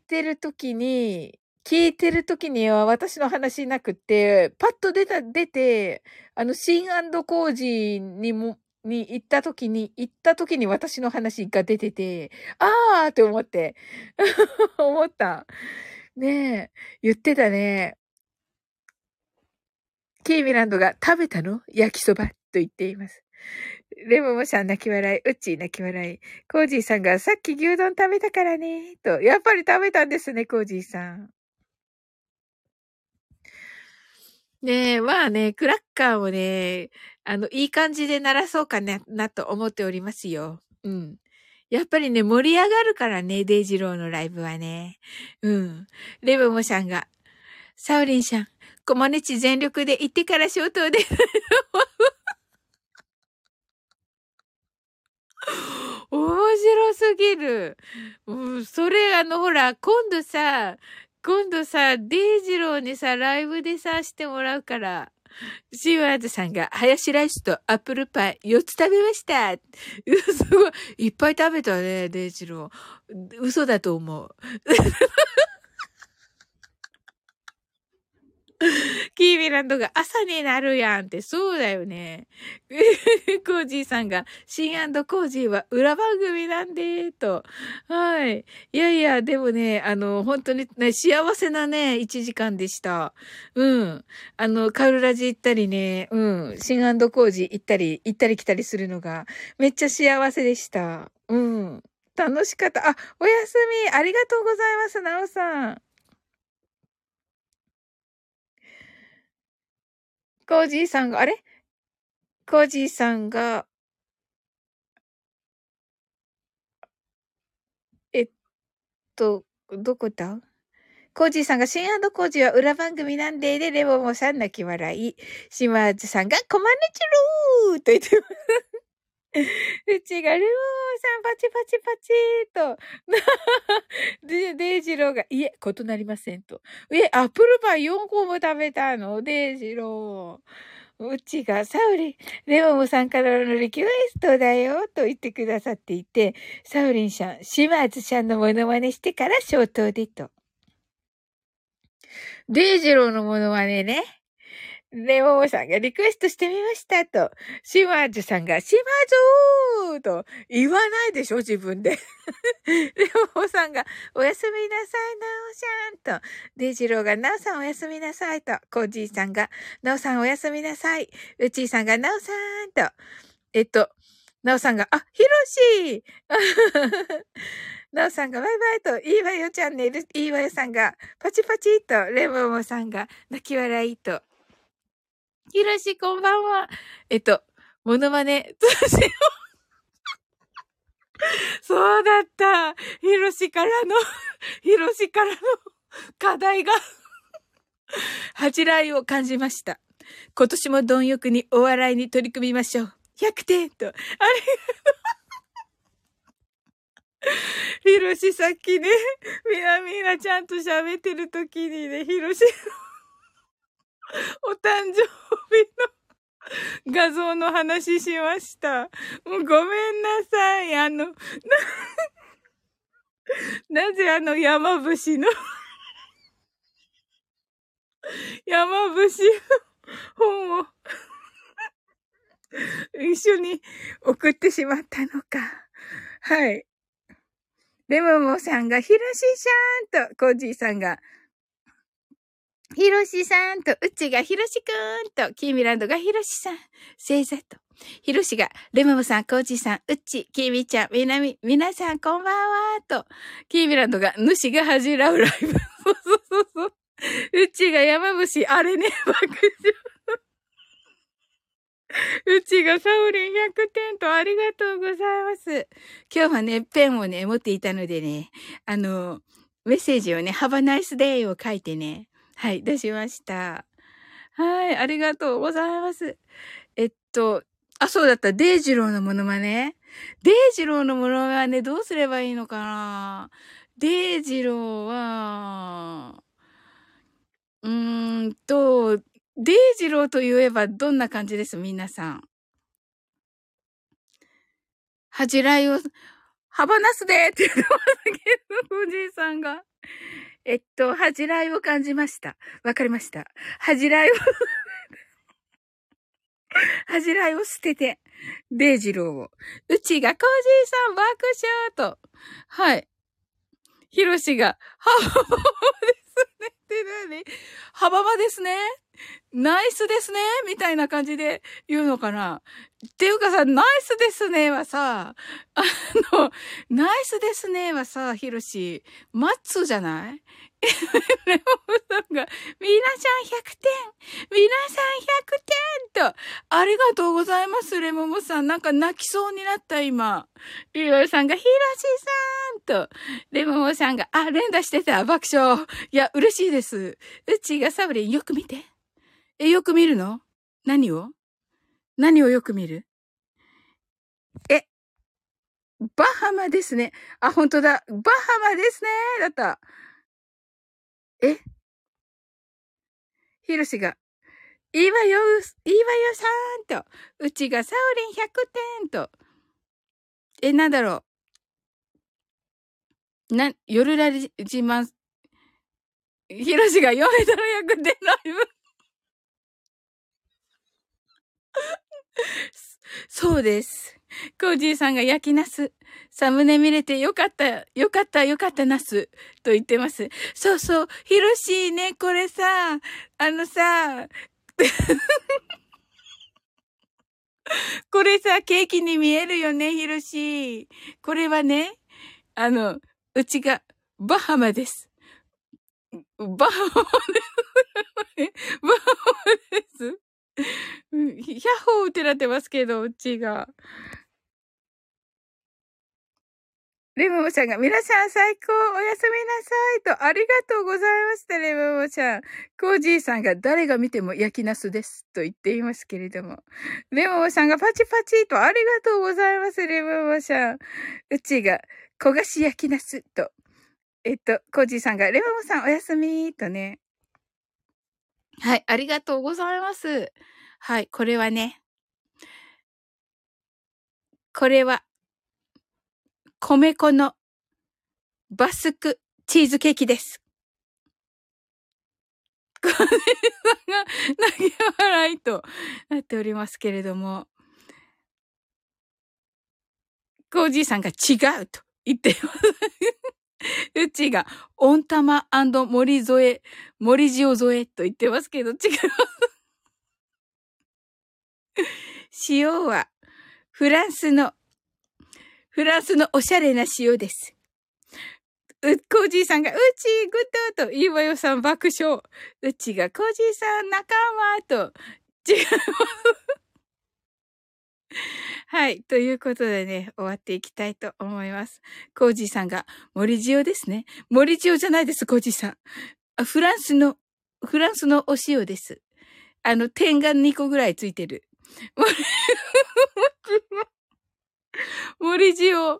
聞いてるときには私の話なくて、パッと出て、シン&コージに行ったときに私の話が出てて、あーって思って、思った。ねえ、言ってたね。キーミランドが食べたの焼きそばと言っています。 レモンさん泣き笑い、うっちー泣き笑い。コージーさんがさっき牛丼食べたからね、と。やっぱり食べたんですね、コージーさん。ねえ、まあね、クラッカーをね、いい感じで鳴らそうかなと思っておりますよ。うん。やっぱりね、盛り上がるからね、デイジローのライブはね。うん。レモモさんが、サウリンさん、コマネチ全力で行ってから消灯で。面白すぎる。うん、それほら、今度さ、デイジローにさ、ライブでさ、してもらうから。シーワーズさんが、ハヤシライスとアップルパイ4つ食べました。すごい。いっぱい食べたね、デイジロー。嘘だと思う。キーミランドが朝になるやんって、そうだよね。コージーさんが、シン&コージーは裏番組なんで、と。はい。いやいや、でもね、本当にね、幸せなね、1時間でした。うん。カルラジ行ったりね、うん。シン&コージー行ったり来たりするのが、めっちゃ幸せでした。うん。楽しかった。あ、おやすみ。ありがとうございます、なおさん。コージーさんが、あれコージーさんが、えっどこだコージーさんが、シン&コージーは裏番組なんで、レモモさん泣き笑い。島津さんが、コマネチローと言ってます。うちが、レモモさん、パチパチパチーと。デイジローが、いえ、異なりませんと。アップルパイ4個も食べたのデイジロー。うちが、サウリン、レオムさんからのリクエストだよ、と言ってくださっていて、サウリンさん、島津さんのモノマネしてから消灯でと。デイジローのモノマネね。レオムさんがリクエストしてみましたと。島津さんが、島津と言わないでしょ、自分で。レオムさんが、おやすみなさい、なおちゃんと。デイジローが、なおさんおやすみなさいと。コージーさんが、なおさんおやすみなさい。うちーさんが、なおさんと。なおさんが、あ、ひろしなおさんが、バイバイと。いいわよチャンネル。いいわよさんが、パチパチと。レモモさんが、泣き笑いと。ひろし、こんばんは。モノマネ、そうだった。ひろしからの課題が、恥じらいを感じました。今年も貪欲にお笑いに取り組みましょう。100点と。あれひろしさっきね、みなちゃんと喋ってる時にね、ひろしのお誕生日の画像の話しました。もうごめんなさい。なぜ山伏の本を一緒に送ってしまったのか。はい。レモモさんが、ひろしさんと、コージーさんが、ひろしさんと、うちがひろしくんと、キーミランドがひろしさん、星座と、ひろしが、レモモさん、コージーさん、うち、キーミちゃん、みなさん、こんばんはと、キーミランドが、主が恥じらうライブ。そう。うちが山伏、あれね、爆笑。うちがサウリン100点とありがとうございます。今日はね、ペンをね、持っていたのでね、メッセージをね、Have a nice day を書いてね、はい、出しました。はい、ありがとうございます。そうだった、デイジローのモノマネデイジローのモノマネどうすればいいのかなデイジローは、デイジローと言えばどんな感じです皆さん。恥じらいを、はばなすでって言ってましたけど、おじいさんが。恥じらいを感じました。わかりました。恥じらいを捨てて、デイジローを。うちがコージーさん爆笑と。はい。ヒロシが、はですねって。 何幅間ですね。ナイスですねみたいな感じで言うのかな。っていうかさ、ナイスですねはさ、ナイスですねはさ、ヒロシ、マッツーじゃないレモンさんが、皆さん100点皆さん100点と、ありがとうございます、レモモさん。なんか泣きそうになった、今。リオさんが、ヒロシさんと、レモモさんが、連打してた、爆笑。いや、嬉しいです。うちがサブリン、よく見て。よく見るの？何をよく見る？バハマですね。本当だ。バハマですね。だった。ヒロシが、いいわよさーんと、うちがサウリン100点と、なんだろう。夜ラジ自慢、ヒロシが読めたら100点ライブ。そうです。コージーさんが焼きナス。サムネ見れてよかった、ナス。と言ってます。そうそう。ヒロシね、これさ、これさ、ケーキに見えるよね、ヒロシ。これはね、うちが、バハマです。バハマです。バハマです。100歩打てらってますけど、うちが。レモモちゃんが、皆さん最高、おやすみなさいと、ありがとうございました、レモモちゃん。コージーさんが、誰が見ても焼きナスです、と言っていますけれども。レモモさんが、パチパチと、ありがとうございます、レモモちゃん。うちが、焦がし焼きナスと。コージーさんが、レモモさんおやすみとね。はい、ありがとうございます。はい、これはね、米粉のバスクチーズケーキです。コージーさんが泣き笑いとなっておりますけれども、コージーさんが違うと言っています。うちが、温玉森添、森塩添えと言ってますけど、違います。塩は、フランスのおしゃれな塩です。コージーさんが、うち、グッドと、いいわよさん爆笑。うちが、コージーさん仲間と、違う。はい。ということでね、終わっていきたいと思います。コージーさんが、森塩ですね。森塩じゃないです、コージーさん。フランスのお塩です。点が2個ぐらいついてる。森塩、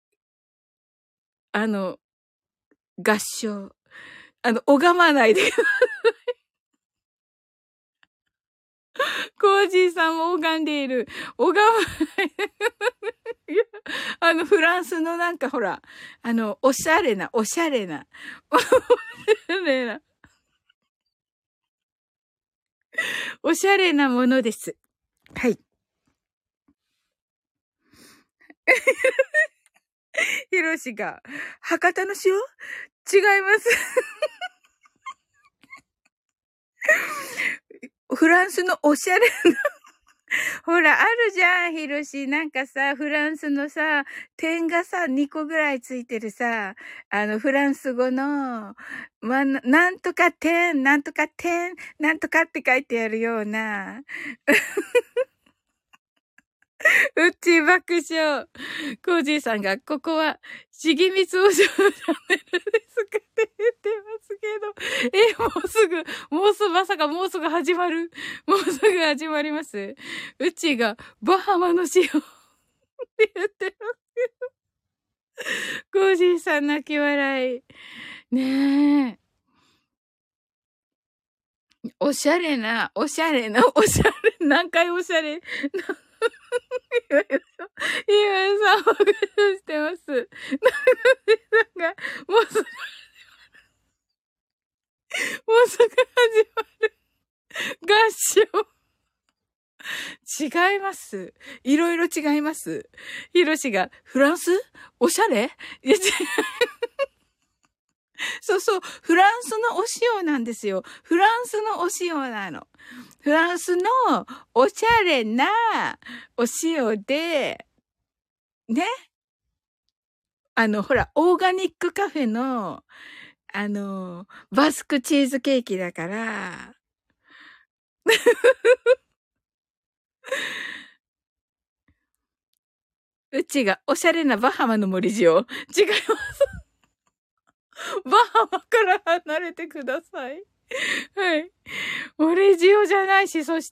合唱。拝まないで。コージーさんも拝んでいる。拝まないで。フランスのなんかほら、おしゃれなものです。はい。ヒロシが、博多の塩？違います。フランスのおしゃれなほら、あるじゃん、ヒロシ。なんかさ、フランスのさ、点がさ、2個ぐらいついてるさ、フランス語の、なんとか点、なんとか点、なんとかって書いてあるような。うち爆笑。コージーさんが、ここは、しぎみつお嬢チャンネルですかって言ってますけど。まさかもうすぐ始まる。もうすぐ始まります。うちが、バハマの塩って言ってますけど。コージーさん泣き笑い。ねえ。おしゃれな、何回おしゃれ。今さん、爆笑してます。なんか、もうすぐ始まる。合唱。違います。いろいろ違います。ヒロシが、フランスおしゃれいや、 そうそう、フランスのお塩なんですよ。フランスのお塩なの。フランスのおしゃれなお塩で、ね。ほら、オーガニックカフェの、バスクチーズケーキだから、うちがおしゃれなバハマの森塩。違います。バハマから離れてください。はい。森塩じゃないし、そして、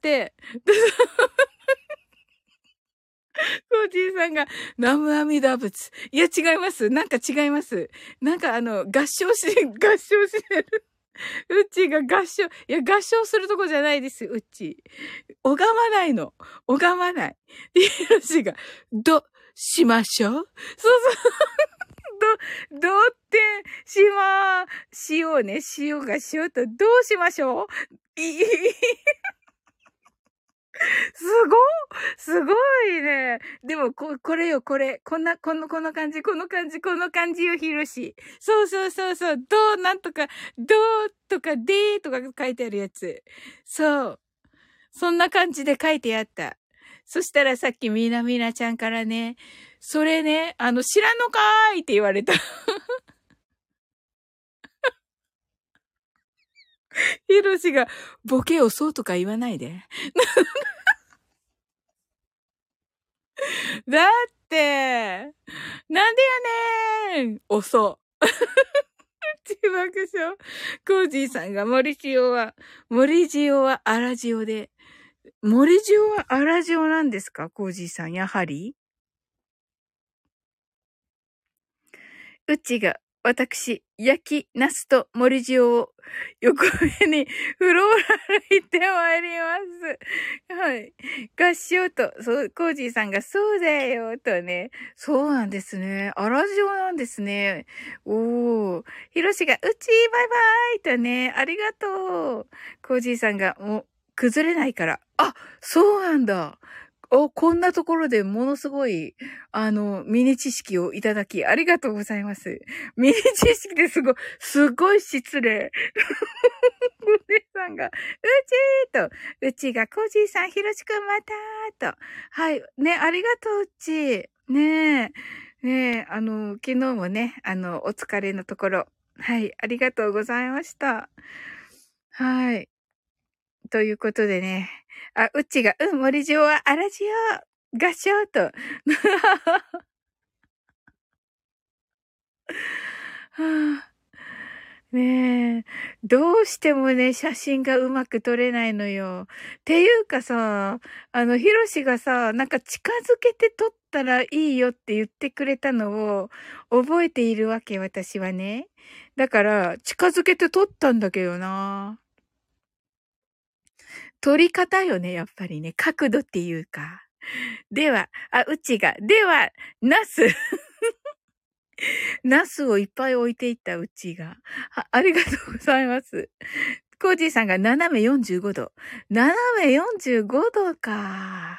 コージーさんが、南無阿弥陀仏。いや、違います。なんか違います。なんか合唱してる。うちが合唱、いや、合唱するとこじゃないです、うち。拝まないの。拝まない。ヒロシが、しましょう。そうそう。ってしましようね。塩が塩と、どうしましょう。すごいね。でも、これよ、これ。こんな感じよ、ひろし。そうそうそうそう。なんとか、とか、とか書いてあるやつ。そう。そんな感じで書いてあった。そしたらさっきみなちゃんからね、それね、知らんのかーいって言われた。ひろしが、ボケをそうとか言わないで。だって、なんでやねん遅。ち爆笑。コージーさんが森塩は荒塩で。森塩は荒塩なんですかコージーさん、やはりうちが、私、焼き、ナスと森塩を横目にフローラル行ってまいります。はい。合唱と、そう、コージーさんがそうだよ、とね。そうなんですね。荒塩なんですね。おー。ヒロシが、うち、バイバイとね、ありがとう。コージーさんが、もう、崩れないから。あ、そうなんだ。こんなところでものすごい、ミニ知識をいただき、ありがとうございます。ミニ知識すごい失礼。ゴネさんが、うちーと、うちがコージーさん、ひろしくんまたーと。はい。ね、ありがとう、うち。ねえ。ねえ、昨日もね、お疲れのところ。はい。ありがとうございました。はい。ということでね。うっちが、森塩は荒塩、合唱と。はあ、ねえ。どうしてもね、写真がうまく撮れないのよ。っていうかさ、ひろしがさ、なんか近づけて撮ったらいいよって言ってくれたのを覚えているわけ、私はね。だから、近づけて撮ったんだけどな。撮り方よね、やっぱりね。角度っていうか。では、うちが、ナス。ナスをいっぱい置いていったうちが。ありがとうございます。コージーさんが斜め45度。斜め45度か。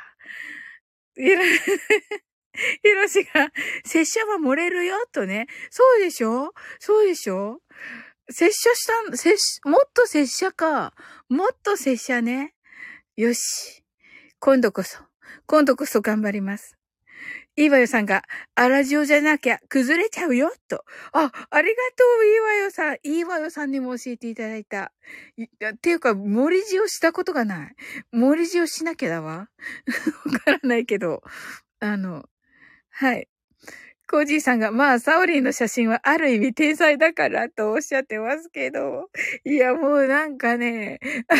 ひろしが、拙者は漏れるよ、とね。そうでしょ拙者もっと拙者か。もっと拙者ね。よし。今度こそ頑張ります。いいわよさんが、荒塩じゃなきゃ崩れちゃうよ、と。ありがとう、いいわよさん。いいわよさんにも教えていただいた。っていうか、森塩したことがない。森塩しなきゃだわ。わからないけど。はい。コージーさんが、まあ、サオリンの写真はある意味天才だからとおっしゃってますけど。いや、もうなんかね、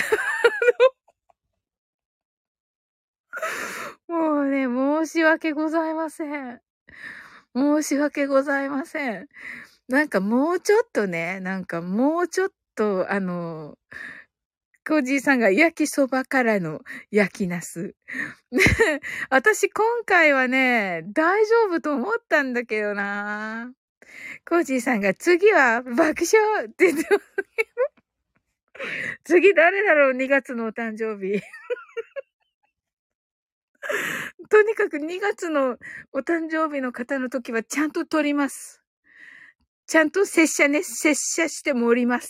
もうね、申し訳ございません。申し訳ございません。なんかもうちょっとね、コージーさんが焼きそばからの焼きナス。ね、私今回はね、大丈夫と思ったんだけどな。コージーさんが次は爆笑って言ってますけど。次誰だろう ?2 月のお誕生日。とにかく2月のお誕生日の方の時はちゃんと撮ります。 ちゃんと拙者ね、拙者してもおります。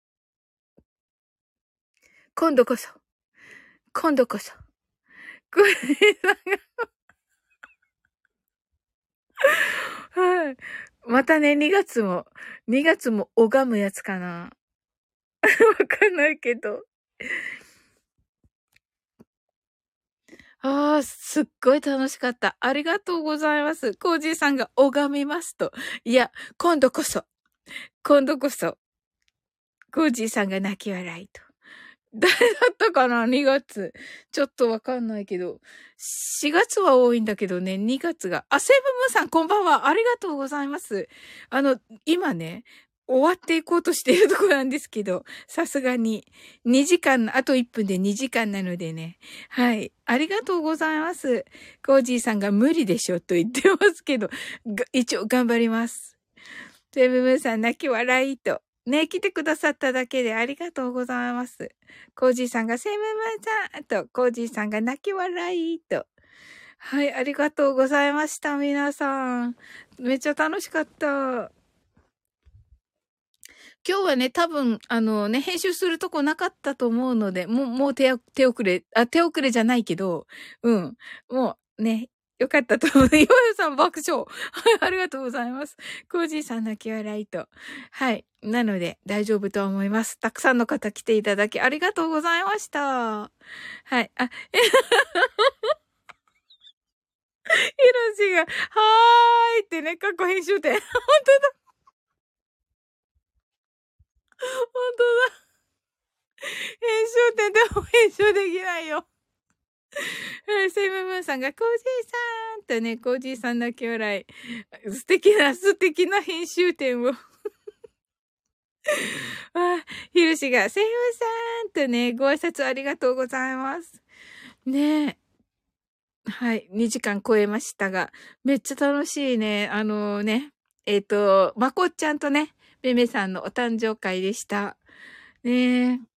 今度こそ。今度こそ。これはい。またね、2月も拝むやつかな。わかんないけど。ああ、すっごい楽しかった。ありがとうございます。コージーさんが拝みますと。いや、今度こそ、今度こそ、コージーさんが泣き笑いと。誰だったかな ?2 月。ちょっとわかんないけど。4月は多いんだけどね、2月が。あ、セブムーンさんこんばんは。ありがとうございます。今ね、終わっていこうとしているところなんですけど、さすがに2時間、あと1分で2時間なのでね。はい。ありがとうございます。コージーさんが無理でしょと言ってますけど、一応頑張ります。セブムーンさん泣き笑いと。ね、来てくださっただけでありがとうございます。コージーさんがセムムーンさんと、コージーさんが泣き笑いと。はい、ありがとうございました、皆さん。めっちゃ楽しかった。今日はね、多分、編集するとこなかったと思うので、もう手遅れ、手遅れじゃないけど、うん。もうね、よかったと思う。岩屋さん爆笑。はい、ありがとうございます。コージーさん泣き笑いと。はい。なので、大丈夫と思います。たくさんの方来ていただきありがとうございました。はい。あ、ひろしが、はーいってね、過去編集点。本当だ。本当だ。編集点でも編集できないよ。セイムムーンさんが、コージーさんとね、コージーさん泣き笑い。素敵な編集点を。ヒルシが、セイムさんとね、ご挨拶ありがとうございます。ねえ。はい、2時間超えましたが、めっちゃ楽しいね。まこっちゃんとね、めめさんのお誕生会でした。ねえ。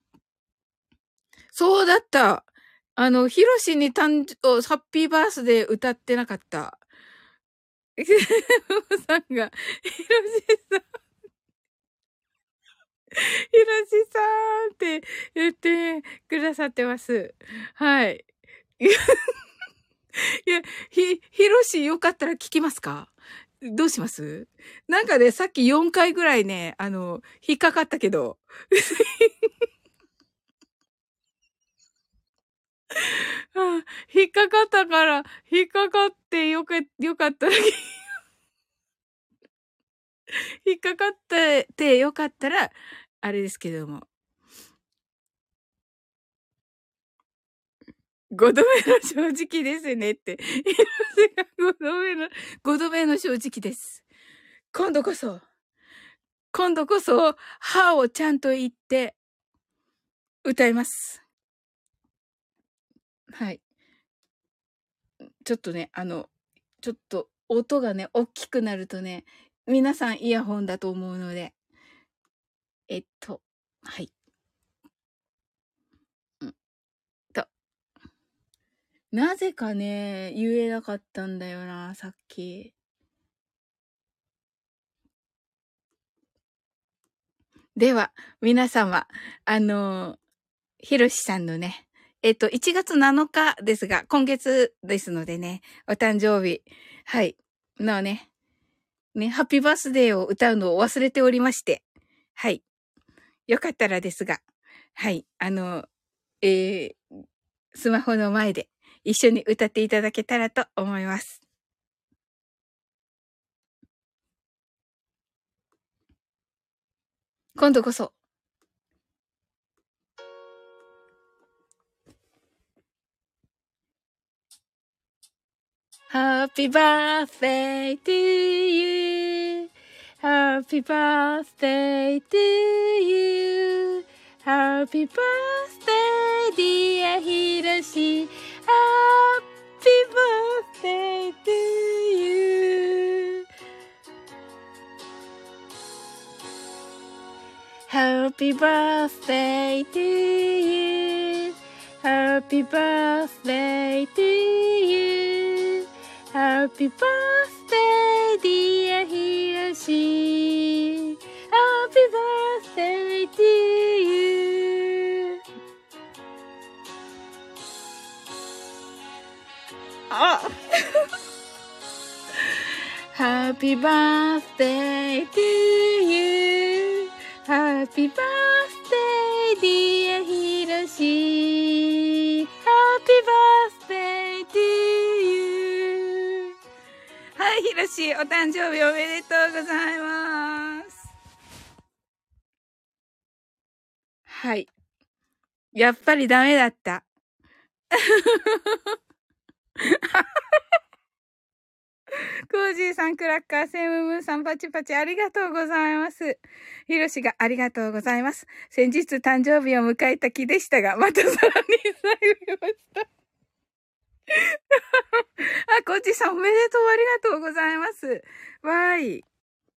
そうだった。ヒロシにハッピーバースデー歌ってなかった。ヒロさんが、ヒロシさん、ヒロシさんって言ってくださってます。はい。いや、ヒロシよかったら聞きますか？どうします？なんかね、さっき4回ぐらいね、引っかかったけど。引っかかったから、引っかかってよかったら、引っかかってよかったら、あれですけども。5度目の正直ですねって。5度目の正直です。今度こそ、歯をちゃんと言って、歌います。はい。ちょっとね、ちょっと音がね、大きくなるとね、皆さんイヤホンだと思うので、はい。と、なぜかね、言えなかったんだよな、さっき。では、皆様、ひろしさんのね、1月7日ですが、今月ですのでね、お誕生日、はい、のね、ハッピーバースデーを歌うのを忘れておりまして、はい、よかったらですが、はい、スマホの前で一緒に歌っていただけたらと思います。今度こそ。Happy birthday to you. Happy birthday to you. Happy birthday, dear Hiroshi. Happy birthday to you. Happy birthday to you. Happy birthday to you. Happy birthday, dear Hiroshi. し。Happy birthday to you. あHappy birthday to you. Happy birthday, dear ひろし。Happy birthday to you. はい、ひろし、お誕生日おめでとうございます。はい。やっぱりダメだった。コージーさん、クラッカー、セムムーンさん、パチパチ、ありがとうございます。ヒロシがありがとうございます。先日誕生日を迎えた気でしたが、またさらに最後ました。あ、コージーさん、おめでとう、ありがとうございます。わーい。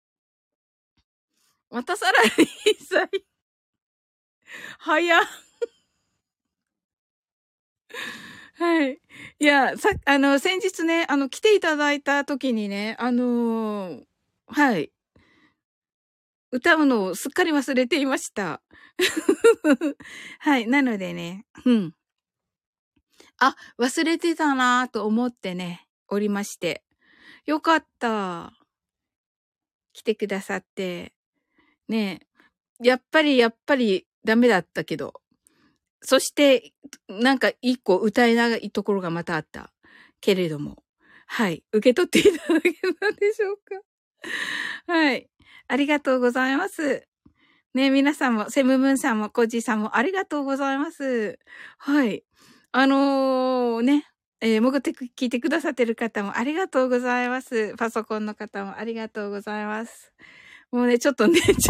またさらに最後。早っ。はい。いや、先日ね、来ていただいた時にね、はい。歌うのをすっかり忘れていました。はい。なのでね、うん。あ、忘れてたなぁと思ってね、おりまして。よかった。来てくださって。ねえ。やっぱりダメだったけど。そして、なんか一個歌えないところがまたあった。けれども。はい。受け取っていただけたでしょうか。はい。ありがとうございます。ね、皆さんも、セムムーンさんも、コージーさんもありがとうございます。はい。ね、潜って聞いてくださってる方もありがとうございます。パソコンの方もありがとうございます。もうね、ちょっと寝ちゃった。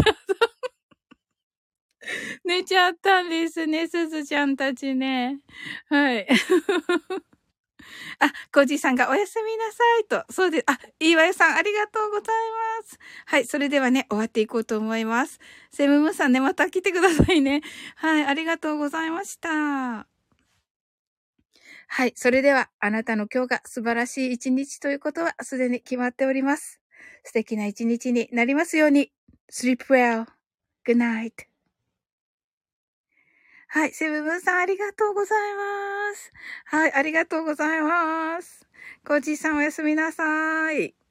寝ちゃったんですね、すずちゃんたちね。はい。あ、コージーさんがおやすみなさいと。そうです。あ、いいわよさんありがとうございます。はい。それではね、終わっていこうと思います。セムムさんね、また来てくださいね。はい。ありがとうございました。はい。それでは、あなたの今日が素晴らしい一日ということはすでに決まっております。素敵な一日になりますように。Sleep well. Good night. はい。セブブンさんありがとうございます。はい。ありがとうございます。コージーさんおやすみなさい。